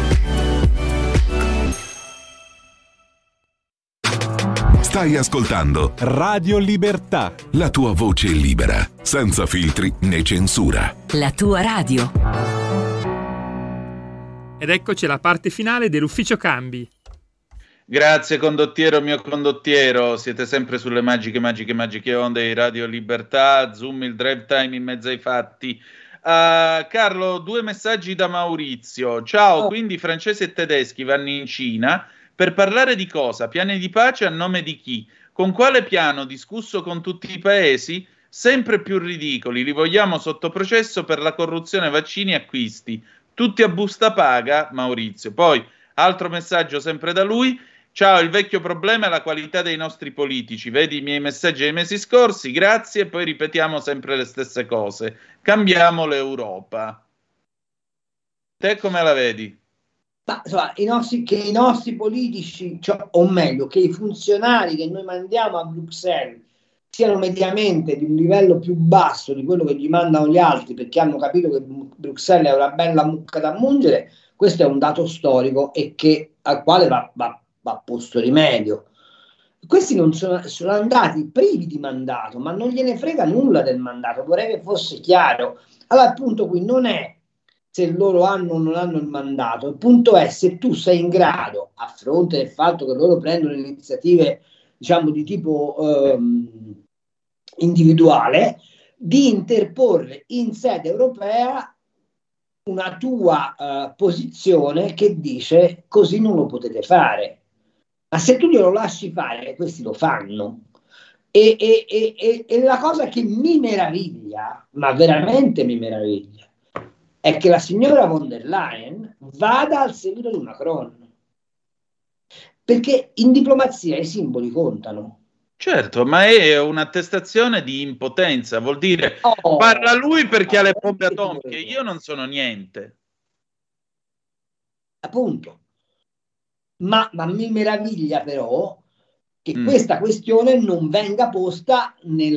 Stai ascoltando Radio Libertà, la tua voce libera, senza filtri né censura. La tua radio. Ed eccoci alla parte finale dell'Ufficio Cambi. Grazie condottiero, mio condottiero, siete sempre sulle magiche onde di Radio Libertà. Zoom, il drive time in mezzo ai fatti. Carlo, 2 messaggi da Maurizio. Ciao, quindi francesi e tedeschi vanno in Cina per parlare di cosa? Piani di pace a nome di chi? Con quale piano discusso con tutti i paesi? Sempre più ridicoli, li vogliamo sotto processo per la corruzione, vaccini e acquisti. Tutti a busta paga, Maurizio. Poi, altro messaggio sempre da lui. Ciao, il vecchio problema è la qualità dei nostri politici. Vedi i miei messaggi dei mesi scorsi? Grazie, poi ripetiamo sempre le stesse cose. Cambiamo l'Europa. Te come la vedi? Ma insomma, i nostri politici, o meglio, che i funzionari che noi mandiamo a Bruxelles siano mediamente di un livello più basso di quello che gli mandano gli altri, perché hanno capito che Bruxelles è una bella mucca da mungere, questo è un dato storico e al quale va posto rimedio. Questi non sono andati privi di mandato, ma non gliene frega nulla del mandato, vorrei che fosse chiaro. Allora il punto qui non è se loro hanno o non hanno il mandato, il punto è se tu sei in grado, a fronte del fatto che loro prendono iniziative, diciamo, di tipo individuale, di interporre in sede europea una tua posizione che dice così non lo potete fare. Ma se tu glielo lasci fare, questi lo fanno. E la cosa che mi meraviglia, ma veramente mi meraviglia, è che la signora von der Leyen vada al seguito di Macron, perché in diplomazia i simboli contano. Certo, ma è un'attestazione di impotenza, vuol dire parla lui perché ha le bombe atomiche, io non sono niente. Appunto. Ma mi meraviglia però che questa questione non venga posta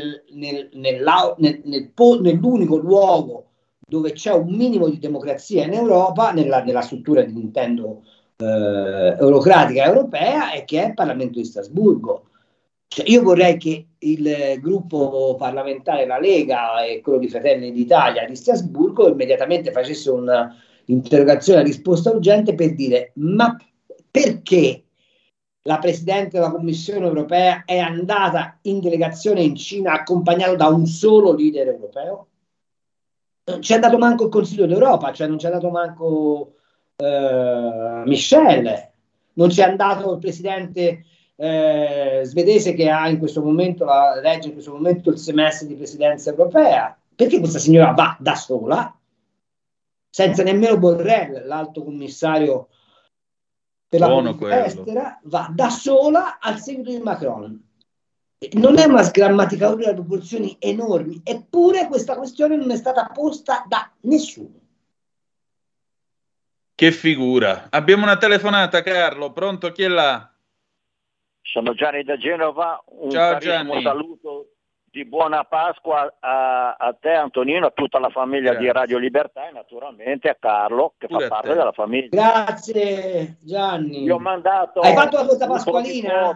nell'unico luogo dove c'è un minimo di democrazia in Europa, nella struttura di intendo eurocratica europea, e che è il Parlamento di Strasburgo. Cioè, io vorrei che il gruppo parlamentare, la Lega e quello di Fratelli d'Italia di Strasburgo immediatamente facesse un'interrogazione a risposta urgente per dire: ma perché la Presidente della Commissione europea è andata in delegazione in Cina accompagnata da un solo leader europeo? Non c'è andato manco il Consiglio d'Europa, cioè non c'è andato manco Michel, non c'è andato il Presidente svedese che ha in questo momento, regge in questo momento il semestre di presidenza europea. Perché questa signora va da sola, senza nemmeno Borrell, l'alto commissario per la politica estera, va da sola al seguito di Macron? Non è una sgrammaticatura di proporzioni enormi, eppure questa questione non è stata posta da nessuno. Che figura. Abbiamo una telefonata, Carlo, pronto? Chi è là? Sono Gianni da Genova, un Ciao, carissimo Gianni. saluto di buona Pasqua a te Antonino, a tutta la famiglia di Radio Libertà e naturalmente a Carlo che fa parte della famiglia. Grazie Gianni. Gli ho mandato. Hai fatto la torta pasqualina?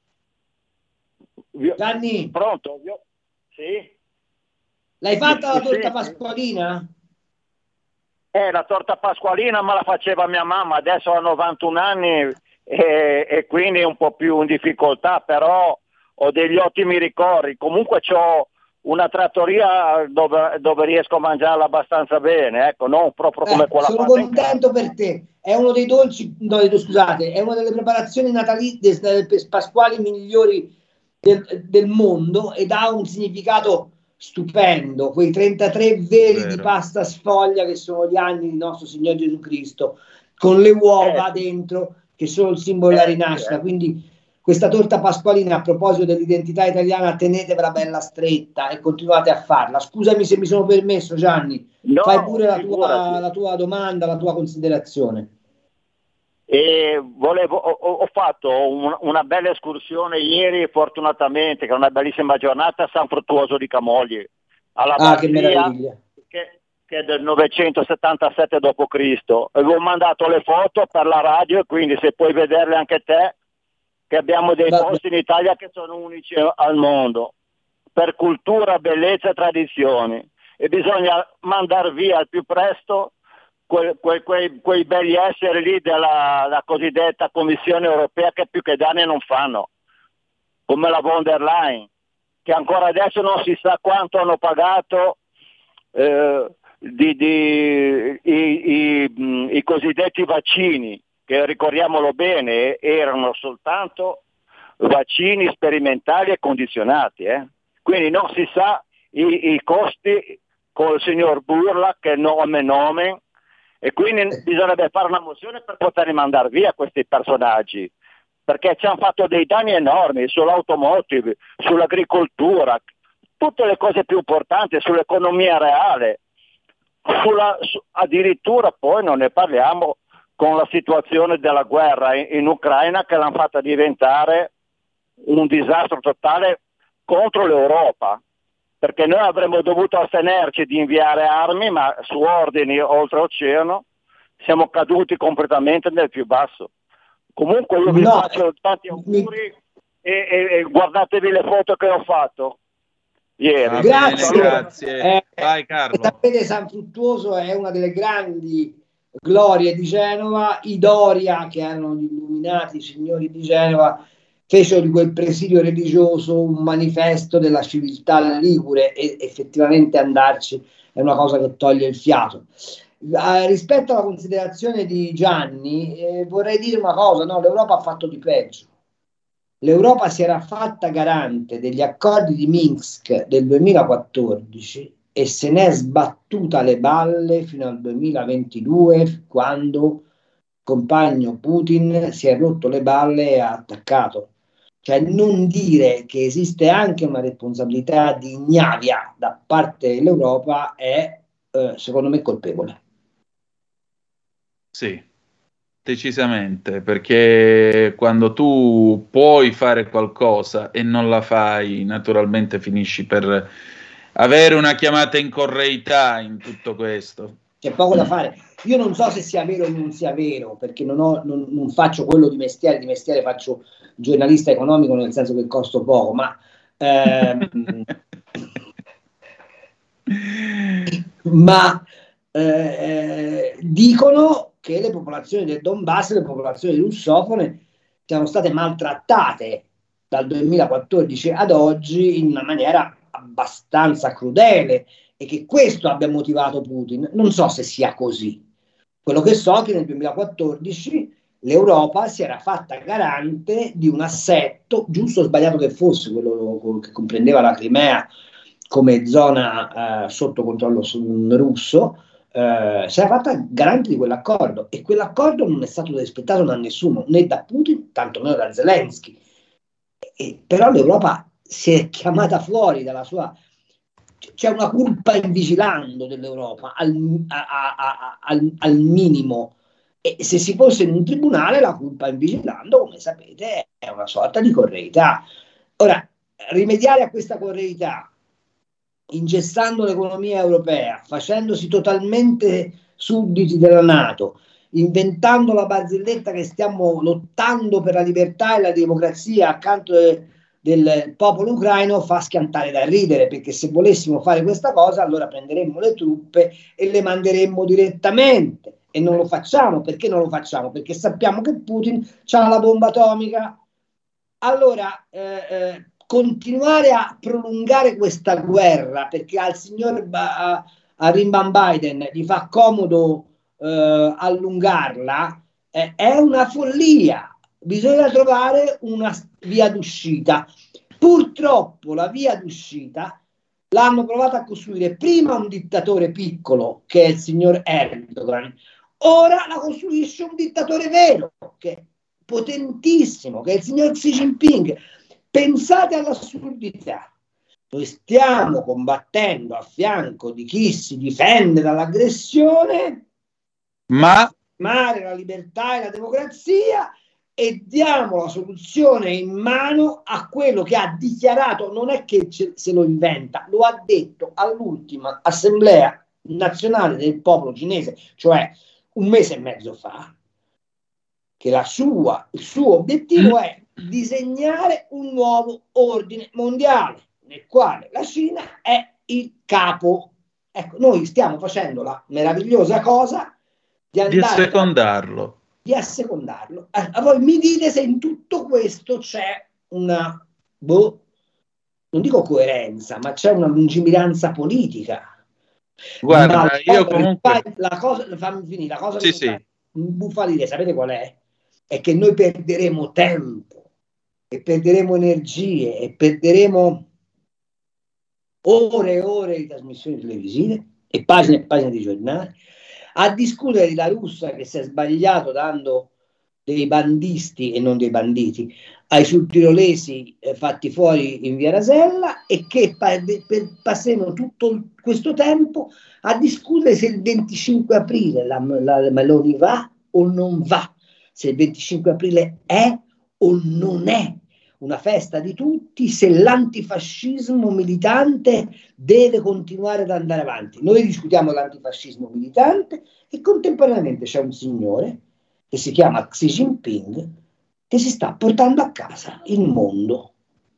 Gianni? Pronto? Sì? L'hai fatta la torta pasqualina? La torta pasqualina me la faceva mia mamma, adesso ha 91 anni e quindi è un po' più in difficoltà, però ho degli ottimi ricordi. Comunque c'ho una trattoria dove riesco a mangiarla abbastanza bene, ecco, non proprio come quella sono contento per te. È uno dei dolci, scusate, è una delle preparazioni natalizie pasquali migliori del mondo ed ha un significato stupendo, quei 33 veli di pasta sfoglia che sono gli anni di nostro Signore Gesù Cristo, con le uova dentro che sono il simbolo della rinascita. Quindi questa torta pasqualina, a proposito dell'identità italiana, tenetevela bella stretta e continuate a farla. Scusami se mi sono permesso, Gianni, fai pure la tua domanda, la tua considerazione. E ho fatto una bella escursione ieri, fortunatamente, che è una bellissima giornata, a San Fruttuoso di Camogli, alla che meraviglia. che è del 977 d.C. Avevo mandato le foto per la radio e quindi se puoi vederle anche te, che abbiamo dei posti in Italia che sono unici al mondo, per cultura, bellezza e tradizioni, e bisogna mandare via al più presto quei begli esseri lì della cosiddetta Commissione Europea che più che danni non fanno, come la von der Leyen, che ancora adesso non si sa quanto hanno pagato i cosiddetti vaccini, che ricordiamolo bene erano soltanto vaccini sperimentali e condizionati, quindi non si sa i costi col signor Burla, che nome, e quindi bisognerebbe fare una mozione per poter mandare via questi personaggi, perché ci hanno fatto dei danni enormi sull'automotive, sull'agricoltura, tutte le cose più importanti, sull'economia reale, addirittura poi non ne parliamo con la situazione della guerra in Ucraina, che l'hanno fatta diventare un disastro totale contro l'Europa, perché noi avremmo dovuto astenerci di inviare armi, ma su ordini oltreoceano siamo caduti completamente nel più basso. Comunque io vi faccio tanti auguri e guardatevi le foto che ho fatto ieri. Grazie. Vai Carlo. Sapete, San Fruttuoso è una delle grandi glorie di Genova. I Doria, che erano gli illuminati signori di Genova, fecero di quel presidio religioso un manifesto della civiltà ligure, e effettivamente andarci è una cosa che toglie il fiato. Rispetto alla considerazione di Gianni, vorrei dire una cosa: no, l'Europa ha fatto di peggio. L'Europa si era fatta garante degli accordi di Minsk del 2014 e se n'è sbattuta le balle fino al 2022, quando il compagno Putin si è rotto le balle e ha attaccato. Cioè, non dire che esiste anche una responsabilità di ignavia da parte dell'Europa è, secondo me, colpevole. Sì, decisamente, perché quando tu puoi fare qualcosa e non la fai, naturalmente finisci per avere una chiamata in correità in tutto questo. C'è poco da fare. Io non so se sia vero o non sia vero, perché non faccio quello di mestiere faccio giornalista economico, nel senso che costo poco, ma dicono che le popolazioni del Donbass, le popolazioni russofone, siano state maltrattate dal 2014 ad oggi in una maniera abbastanza crudele, e che questo abbia motivato Putin. Non so se sia così. Quello che so è che nel 2014 l'Europa si era fatta garante di un assetto, giusto o sbagliato che fosse, quello che comprendeva la Crimea come zona sotto controllo russo, si era fatta garante di quell'accordo, e quell'accordo non è stato rispettato da nessuno, né da Putin, tantomeno da Zelensky. Però l'Europa si è chiamata fuori dalla sua... C'è una culpa invigilando dell'Europa al minimo, e se si fosse in un tribunale la culpa invigilando, come sapete, è una sorta di correità. Ora, rimediare a questa correità, ingessando l'economia europea, facendosi totalmente sudditi della NATO, inventando la barzelletta che stiamo lottando per la libertà e la democrazia accanto del popolo ucraino, fa schiantare da ridere, perché se volessimo fare questa cosa allora prenderemmo le truppe e le manderemmo direttamente, e non lo facciamo. Perché non lo facciamo? Perché sappiamo che Putin ha la bomba atomica. Allora continuare a prolungare questa guerra perché al signor a Rimban Biden gli fa comodo allungarla, è una follia. Bisogna trovare una via d'uscita. Purtroppo la via d'uscita l'hanno provata a costruire prima un dittatore piccolo, che è il signor Erdogan, ora la costruisce un dittatore vero, che è potentissimo, che è il signor Xi Jinping. Pensate all'assurdità. Noi stiamo combattendo a fianco di chi si difende dall'aggressione, ma la libertà e la democrazia, e diamo la soluzione in mano a quello che ha dichiarato, non è che se lo inventa, lo ha detto all'ultima assemblea nazionale del popolo cinese, cioè un mese e mezzo fa, che il suo obiettivo è disegnare un nuovo ordine mondiale nel quale la Cina è il capo. Ecco, noi stiamo facendo la meravigliosa cosa di assecondarlo. Voi mi dite se in tutto questo c'è una, non dico coerenza, ma c'è una lungimiranza politica. Guarda, io comunque la cosa, fammi finire, la cosa sì, che mi imbufalire, sapete qual è? È che noi perderemo tempo e perderemo energie e perderemo ore e ore di trasmissioni televisive e pagine di giornali a discutere di la Russia che si è sbagliato dando dei bandisti e non dei banditi ai sudtirolesi fatti fuori in via Rasella, e che passeremo tutto questo tempo a discutere se il 25 aprile la Meloni va o non va, se il 25 aprile è o non è una festa di tutti, se l'antifascismo militante deve continuare ad andare avanti. Noi discutiamo l'antifascismo militante e contemporaneamente c'è un signore che si chiama Xi Jinping che si sta portando a casa il mondo.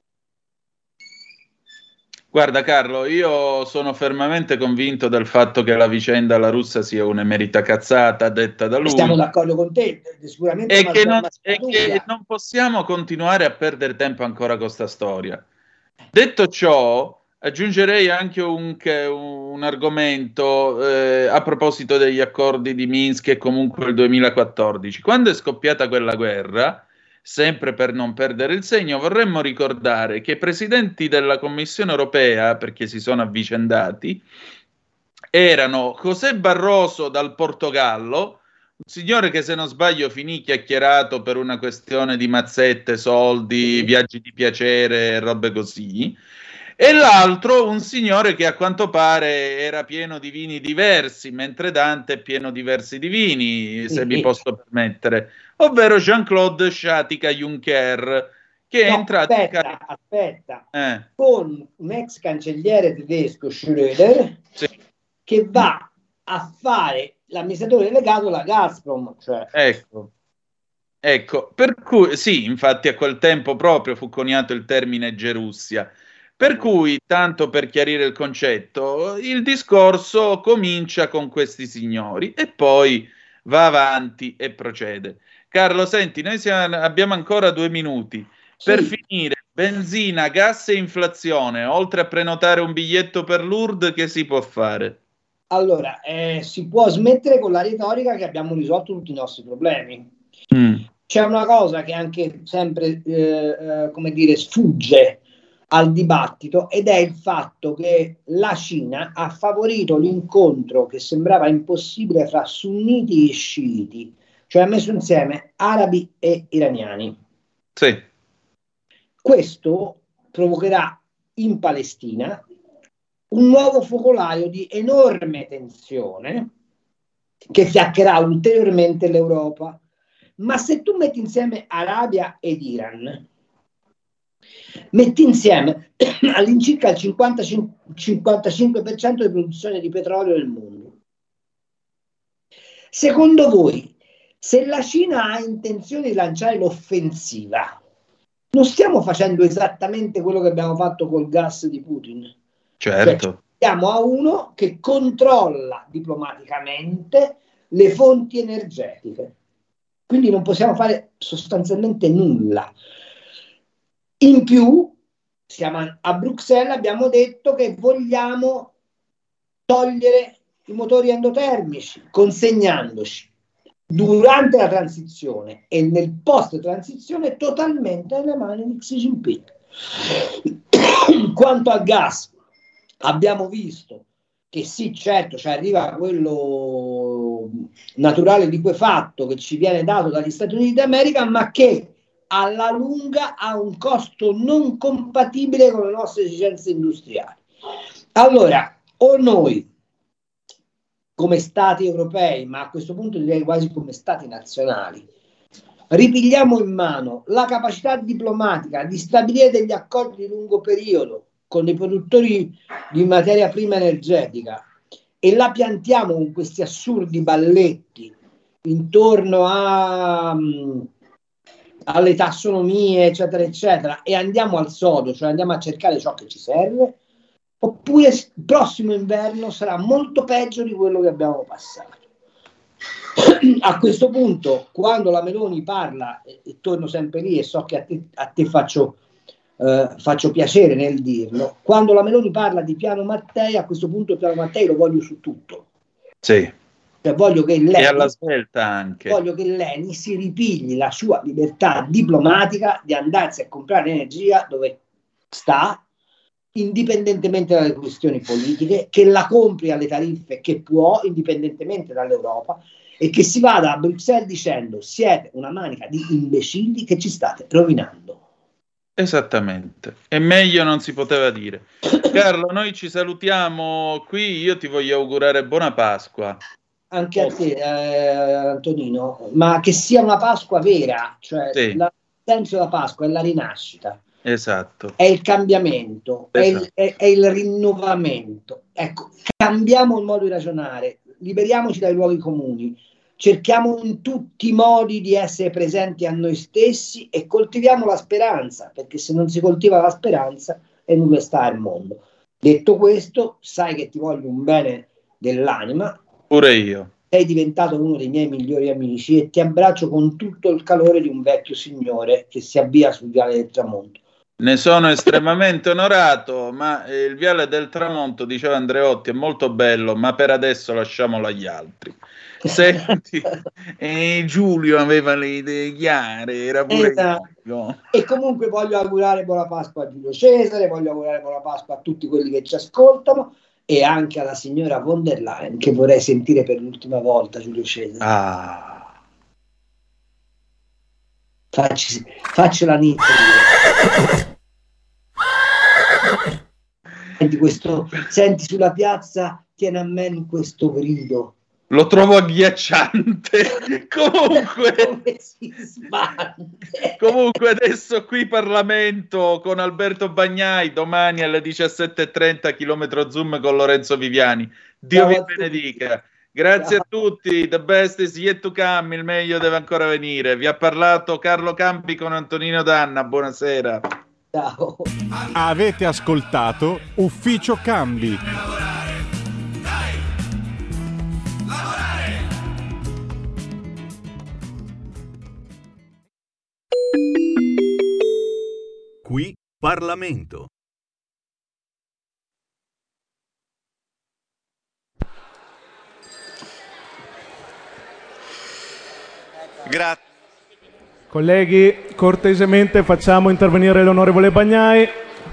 Guarda Carlo, io sono fermamente convinto del fatto che la vicenda alla Russia sia un'emerita cazzata detta da lui. Stiamo d'accordo con te, sicuramente. E che non possiamo continuare a perdere tempo ancora con questa storia. Detto ciò, aggiungerei anche un argomento a proposito degli accordi di Minsk e comunque il 2014. Quando è scoppiata quella guerra, sempre per non perdere il segno, vorremmo ricordare che i presidenti della Commissione europea, perché si sono avvicendati, erano José Barroso dal Portogallo, un signore che se non sbaglio finì chiacchierato per una questione di mazzette, soldi, viaggi di piacere, robe così, e l'altro un signore che a quanto pare era pieno di vini diversi, mentre Dante è pieno di versi divini, se mi posso permettere, ovvero Jean-Claude Shatika Juncker, che è entrato aspetta, con un ex cancelliere tedesco Schröder, che va a fare l'amministratore delegato alla Gazprom, cioè. Ecco, per cui sì, infatti a quel tempo proprio fu coniato il termine Gerussia. Per cui, tanto per chiarire il concetto, il discorso comincia con questi signori e poi va avanti e procede. Carlo, senti, noi abbiamo ancora 2 minuti. Per finire, benzina, gas e inflazione, oltre a prenotare un biglietto per Lourdes, che si può fare? Allora, si può smettere con la retorica che abbiamo risolto tutti i nostri problemi. C'è una cosa che anche sempre, come dire, sfugge al dibattito, ed è il fatto che la Cina ha favorito l'incontro che sembrava impossibile fra sunniti e sciiti, cioè ha messo insieme arabi e iraniani. Sì. Questo provocherà in Palestina un nuovo focolaio di enorme tensione che fiaccherà ulteriormente l'Europa. Ma se tu metti insieme Arabia ed Iran, Metti insieme all'incirca il 55% di produzione di petrolio nel mondo. Secondo voi, se la Cina ha intenzione di lanciare l'offensiva, non stiamo facendo esattamente quello che abbiamo fatto col gas di Putin? Certo. Cioè, siamo a uno che controlla diplomaticamente le fonti energetiche. Quindi non possiamo fare sostanzialmente nulla. In più, siamo a Bruxelles, abbiamo detto che vogliamo togliere i motori endotermici, consegnandoci durante la transizione e nel post-transizione totalmente nelle mani di Xi Jinping. Quanto al gas, abbiamo visto che sì, certo, ci arriva quello naturale liquefatto che ci viene dato dagli Stati Uniti d'America, ma che alla lunga ha un costo non compatibile con le nostre esigenze industriali. Allora, o noi come stati europei, ma a questo punto direi quasi come stati nazionali, ripigliamo in mano la capacità diplomatica di stabilire degli accordi di lungo periodo con i produttori di materia prima energetica e la piantiamo con questi assurdi balletti intorno alle tassonomie, eccetera, eccetera, e andiamo al sodo, cioè andiamo a cercare ciò che ci serve, oppure il prossimo inverno sarà molto peggio di quello che abbiamo passato. A questo punto, quando la Meloni parla, e torno sempre lì e so che a te faccio piacere nel dirlo, quando la Meloni parla di piano Mattei, a questo punto il piano Mattei lo voglio su tutto. Sì. Cioè voglio che e alla svelta anche. Voglio che l'ENI si ripigli la sua libertà diplomatica di andarsi a comprare energia dove sta, indipendentemente dalle questioni politiche, che la compri alle tariffe che può, indipendentemente dall'Europa, e che si vada a Bruxelles dicendo: siete una manica di imbecilli che ci state rovinando. Esattamente, e meglio non si poteva dire. Carlo, noi ci salutiamo qui, io ti voglio augurare buona Pasqua. Anche a te, Antonino, ma che sia una Pasqua vera, cioè sì. Il senso della Pasqua è la rinascita. Esatto. È il cambiamento, esatto. è il rinnovamento. Ecco, cambiamo il modo di ragionare, liberiamoci dai luoghi comuni, cerchiamo in tutti i modi di essere presenti a noi stessi e coltiviamo la speranza, perché se non si coltiva la speranza è nulla sta al mondo. Detto questo, sai che ti voglio un bene dell'anima. Pure io. Sei diventato uno dei miei migliori amici e ti abbraccio con tutto il calore di un vecchio signore che si avvia sul Viale del Tramonto. Ne sono estremamente onorato, ma il Viale del Tramonto, diceva Andreotti, è molto bello, ma per adesso lasciamolo agli altri. Senti, Giulio aveva le idee chiare, era pure io. E comunque voglio augurare buona Pasqua a Giulio Cesare, voglio augurare buona Pasqua a tutti quelli che ci ascoltano e anche alla signora von der Leyen, che vorrei sentire per l'ultima volta, Giulio Cesare. Faccela nitrire. Senti sulla piazza Tiananmen questo grido. Lo trovo agghiacciante. Comunque adesso qui Parlamento con Alberto Bagnai, domani alle 17:30 chilometro Zoom con Lorenzo Viviani. Dio vi benedica. Grazie a tutti, the best is yet to come, il meglio deve ancora venire. Vi ha parlato Carlo Campi con Antonino Danna, buonasera. Ciao. Avete ascoltato Ufficio Cambi. Qui Parlamento. Grazie. Colleghi, cortesemente facciamo intervenire l'onorevole Bagnai.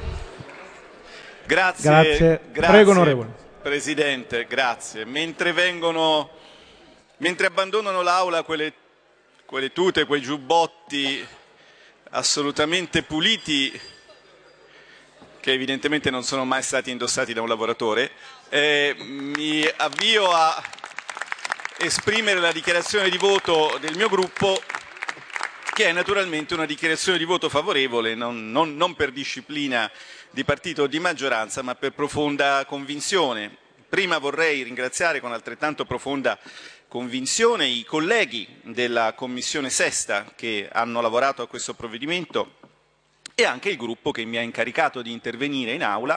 Grazie. Prego, onorevole. Presidente, grazie. Mentre abbandonano l'aula quelle tute, quei giubbotti assolutamente puliti, che evidentemente non sono mai stati indossati da un lavoratore, mi avvio a esprimere la dichiarazione di voto del mio gruppo che è naturalmente una dichiarazione di voto favorevole, non per disciplina di partito o di maggioranza, ma per profonda convinzione. Prima vorrei ringraziare con altrettanto profonda convinzione i colleghi della Commissione Sesta che hanno lavorato a questo provvedimento e anche il gruppo che mi ha incaricato di intervenire in aula.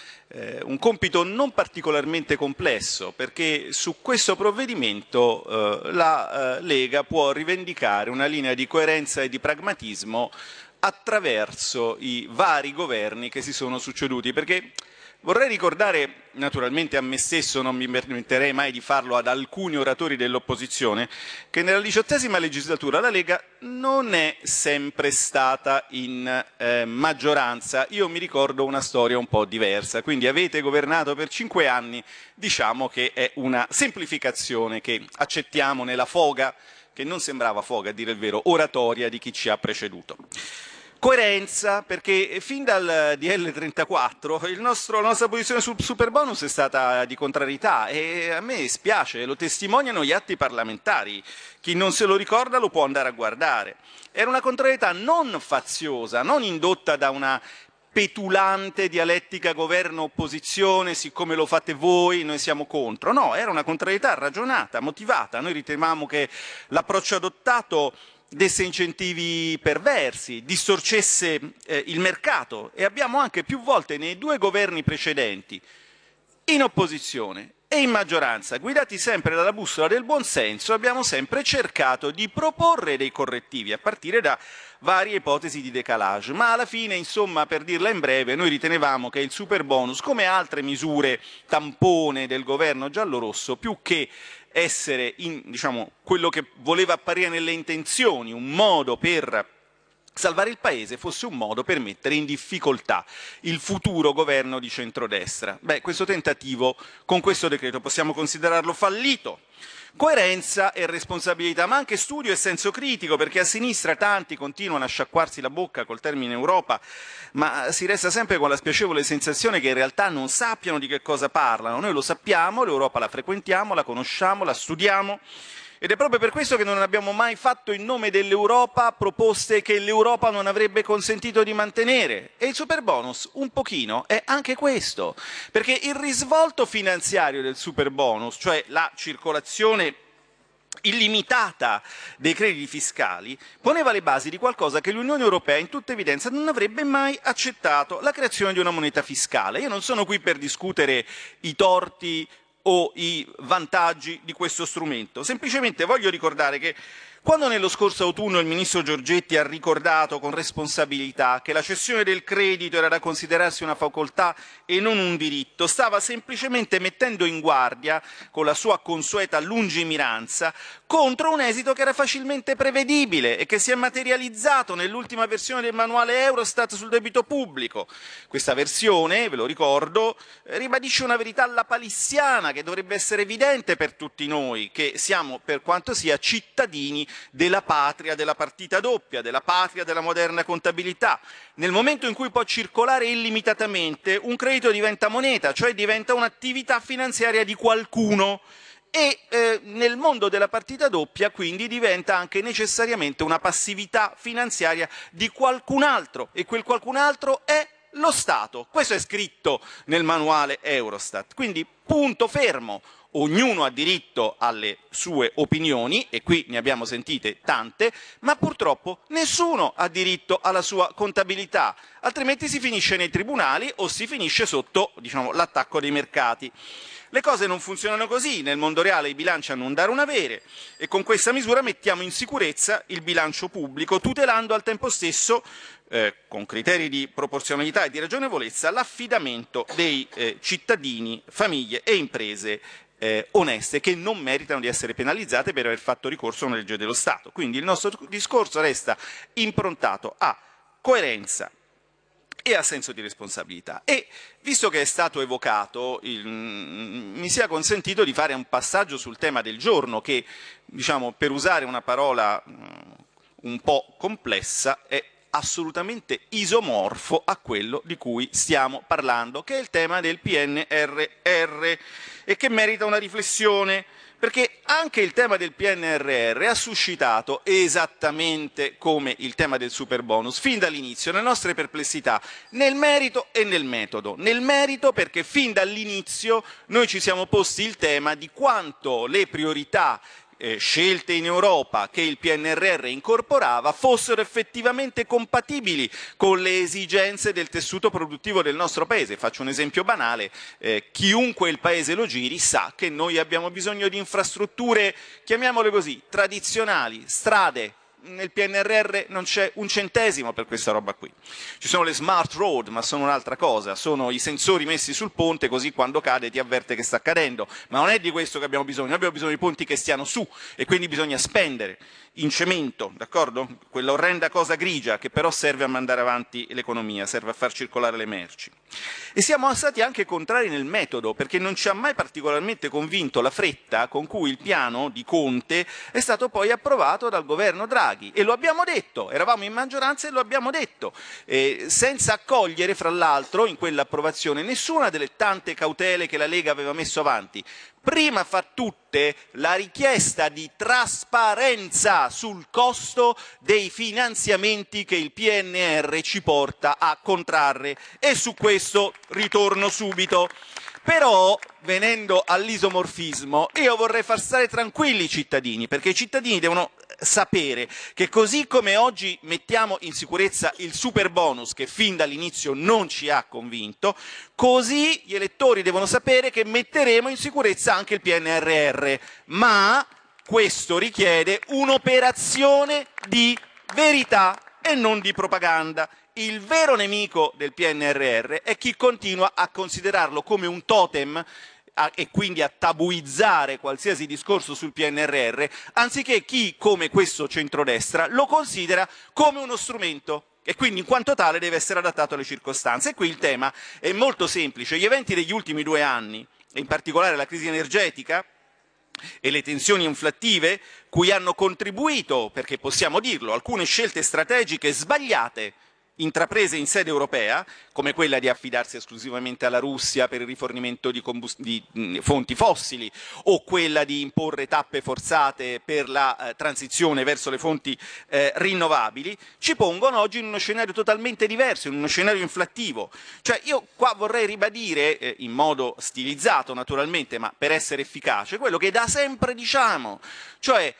Un compito non particolarmente complesso, perché su questo provvedimento la Lega può rivendicare una linea di coerenza e di pragmatismo attraverso i vari governi che si sono succeduti, perché vorrei ricordare, naturalmente a me stesso, non mi permetterei mai di farlo ad alcuni oratori dell'opposizione, che nella XVIII legislatura la Lega non è sempre stata in maggioranza. Io mi ricordo una storia un po' diversa, quindi avete governato per 5 anni, diciamo che è una semplificazione che accettiamo nella foga, che non sembrava foga a dire il vero, oratoria di chi ci ha preceduto. Coerenza, perché fin dal DL 34 la nostra posizione sul superbonus è stata di contrarietà e a me spiace, lo testimoniano gli atti parlamentari. Chi non se lo ricorda lo può andare a guardare. Era una contrarietà non faziosa, non indotta da una petulante dialettica governo-opposizione, siccome lo fate voi noi siamo contro. No, era una contrarietà ragionata, motivata. Noi ritenevamo che l'approccio adottato desse incentivi perversi, distorcesse il mercato e abbiamo anche più volte nei 2 governi precedenti, in opposizione e in maggioranza, guidati sempre dalla bussola del buonsenso, abbiamo sempre cercato di proporre dei correttivi a partire da varie ipotesi di decalage, ma alla fine, insomma, per dirla in breve, noi ritenevamo che il superbonus, come altre misure tampone del governo giallorosso, più che essere quello che voleva apparire nelle intenzioni, un modo per salvare il Paese, fosse un modo per mettere in difficoltà il futuro governo di centrodestra. Beh, questo tentativo con questo decreto possiamo considerarlo fallito. Coerenza e responsabilità, ma anche studio e senso critico, perché a sinistra tanti continuano a sciacquarsi la bocca col termine Europa, ma si resta sempre con la spiacevole sensazione che in realtà non sappiano di che cosa parlano. Noi lo sappiamo, l'Europa la frequentiamo, la conosciamo, la studiamo, ed è proprio per questo che non abbiamo mai fatto in nome dell'Europa proposte che l'Europa non avrebbe consentito di mantenere. E il superbonus un pochino è anche questo, perché il risvolto finanziario del superbonus, cioè la circolazione illimitata dei crediti fiscali, poneva le basi di qualcosa che l'Unione Europea in tutta evidenza non avrebbe mai accettato, la creazione di una moneta fiscale. Io non sono qui per discutere i torti o i vantaggi di questo strumento. Semplicemente voglio ricordare che quando nello scorso autunno il ministro Giorgetti ha ricordato con responsabilità che la cessione del credito era da considerarsi una facoltà e non un diritto, stava semplicemente mettendo in guardia, con la sua consueta lungimiranza, contro un esito che era facilmente prevedibile e che si è materializzato nell'ultima versione del manuale Eurostat sul debito pubblico. Questa versione, ve lo ricordo, ribadisce una verità lapalissiana che dovrebbe essere evidente per tutti noi, che siamo, per quanto sia, cittadini della patria della partita doppia, della patria della moderna contabilità. Nel momento in cui può circolare illimitatamente, un credito diventa moneta, cioè diventa un'attività finanziaria di qualcuno. E nel mondo della partita doppia quindi diventa anche necessariamente una passività finanziaria di qualcun altro, e quel qualcun altro è lo Stato. Questo è scritto nel manuale Eurostat. Quindi punto fermo. Ognuno ha diritto alle sue opinioni, e qui ne abbiamo sentite tante, ma purtroppo nessuno ha diritto alla sua contabilità, altrimenti si finisce nei tribunali o si finisce sotto, l'attacco dei mercati. Le cose non funzionano così, nel mondo reale i bilanci hanno un dare un avere, e con questa misura mettiamo in sicurezza il bilancio pubblico, tutelando al tempo stesso, con criteri di proporzionalità e di ragionevolezza, l'affidamento dei cittadini, famiglie e imprese oneste, che non meritano di essere penalizzate per aver fatto ricorso a una legge dello Stato. Quindi il nostro discorso resta improntato a coerenza e a senso di responsabilità. E visto che è stato evocato, mi sia consentito di fare un passaggio sul tema del giorno che, per usare una parola un po' complessa, è assolutamente isomorfo a quello di cui stiamo parlando, che è il tema del PNRR, e che merita una riflessione, perché anche il tema del PNRR ha suscitato, esattamente come il tema del superbonus, fin dall'inizio le nostre perplessità nel merito e nel metodo. Nel merito perché fin dall'inizio noi ci siamo posti il tema di quanto le priorità scelte in Europa che il PNRR incorporava fossero effettivamente compatibili con le esigenze del tessuto produttivo del nostro Paese. Faccio un esempio banale, chiunque il Paese lo giri sa che noi abbiamo bisogno di infrastrutture, chiamiamole così, tradizionali, strade. Nel PNRR non c'è un centesimo per questa roba qui. Ci sono le smart road, ma sono un'altra cosa, sono i sensori messi sul ponte così quando cade ti avverte che sta cadendo, ma non è di questo che abbiamo bisogno, abbiamo bisogno di ponti che stiano su e quindi bisogna spendere in cemento, d'accordo? Quella orrenda cosa grigia che però serve a mandare avanti l'economia, serve a far circolare le merci. E siamo stati anche contrari nel metodo, perché non ci ha mai particolarmente convinto la fretta con cui il piano di Conte è stato poi approvato dal governo Draghi, e lo abbiamo detto, eravamo in maggioranza e lo abbiamo detto, senza accogliere fra l'altro in quell'approvazione nessuna delle tante cautele che la Lega aveva messo avanti. Prima fra tutte la richiesta di trasparenza sul costo dei finanziamenti che il PNR ci porta a contrarre, e su questo ritorno subito. Però, venendo all'isomorfismo, io vorrei far stare tranquilli i cittadini, perché i cittadini devono sapere che così come oggi mettiamo in sicurezza il superbonus, che fin dall'inizio non ci ha convinto, così gli elettori devono sapere che metteremo in sicurezza anche il PNRR, ma questo richiede un'operazione di verità e non di propaganda. Il vero nemico del PNRR è chi continua a considerarlo come un totem e quindi a tabuizzare qualsiasi discorso sul PNRR, anziché chi, come questo centrodestra, lo considera come uno strumento e quindi in quanto tale deve essere adattato alle circostanze. E qui il tema è molto semplice. Gli eventi degli ultimi 2 anni, e in particolare la crisi energetica e le tensioni inflattive, cui hanno contribuito, perché possiamo dirlo, alcune scelte strategiche sbagliate intraprese in sede europea, come quella di affidarsi esclusivamente alla Russia per il rifornimento di fonti fossili, o quella di imporre tappe forzate per la transizione verso le fonti rinnovabili, ci pongono oggi in uno scenario totalmente diverso, in uno scenario inflattivo. Cioè io qua vorrei ribadire, in modo stilizzato naturalmente, ma per essere efficace, quello che da sempre diciamo, cioè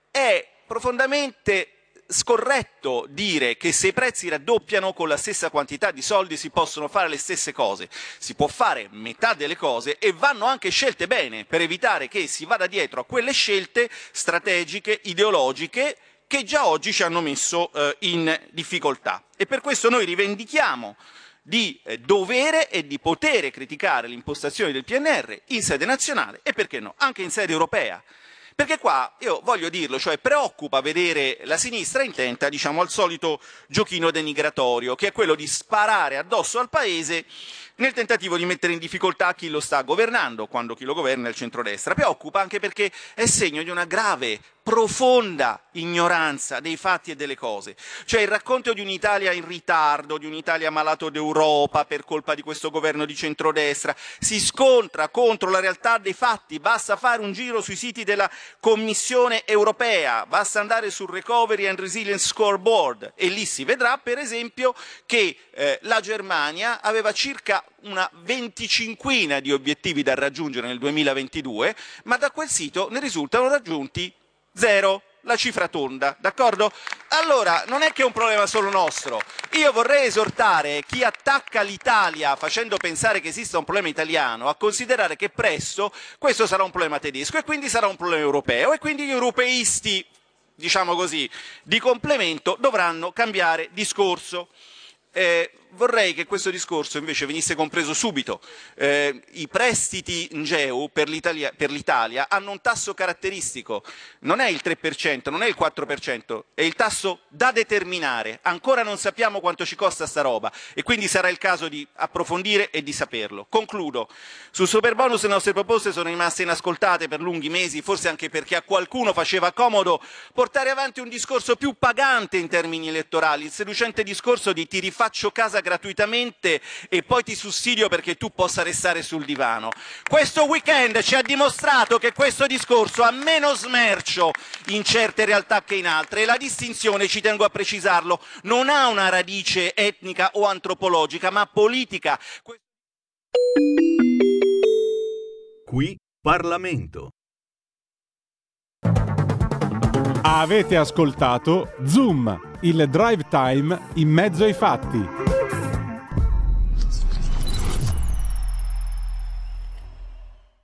è profondamente scorretto dire che se i prezzi raddoppiano con la stessa quantità di soldi si possono fare le stesse cose. Si può fare metà delle cose e vanno anche scelte bene per evitare che si vada dietro a quelle scelte strategiche, ideologiche che già oggi ci hanno messo in difficoltà. E per questo noi rivendichiamo di dovere e di potere criticare l'impostazione del PNR in sede nazionale e, perché no, anche in sede europea. Perché qua, io voglio dirlo, cioè preoccupa vedere la sinistra intenta, diciamo, al solito giochino denigratorio, che è quello di sparare addosso al Paese nel tentativo di mettere in difficoltà chi lo sta governando, quando chi lo governa è il centrodestra. Preoccupa anche perché è segno di una grave, profonda ignoranza dei fatti e delle cose. Cioè il racconto di un'Italia in ritardo, di un'Italia malato d'Europa per colpa di questo governo di centrodestra, si scontra contro la realtà dei fatti. Basta fare un giro sui siti della Commissione europea, basta andare sul Recovery and Resilience Scoreboard e lì si vedrà, per esempio, che la Germania aveva circa una 25ina di obiettivi da raggiungere nel 2022, ma da quel sito ne risultano raggiunti 0, la cifra tonda, d'accordo? Allora, non è che è un problema solo nostro. Io vorrei esortare chi attacca l'Italia facendo pensare che esista un problema italiano a considerare che presto questo sarà un problema tedesco e quindi sarà un problema europeo e quindi gli europeisti, diciamo così, di complemento dovranno cambiare discorso. Vorrei che questo discorso invece venisse compreso subito. I prestiti NGEU per l'Italia hanno un tasso caratteristico, non è il 3%, non è il 4%, è il tasso da determinare. Ancora non sappiamo quanto ci costa sta roba e quindi sarà il caso di approfondire e di saperlo. Concludo. Sul superbonus le nostre proposte sono rimaste inascoltate per lunghi mesi, forse anche perché a qualcuno faceva comodo portare avanti un discorso più pagante in termini elettorali, il seducente discorso di ti rifaccio casa gratuitamente e poi ti sussidio perché tu possa restare sul divano. Questo weekend ci ha dimostrato che questo discorso ha meno smercio in certe realtà che in altre, e la distinzione, ci tengo a precisarlo, non ha una radice etnica o antropologica, ma politica. Qui Parlamento. Avete ascoltato Zoom, il drive time in mezzo ai fatti.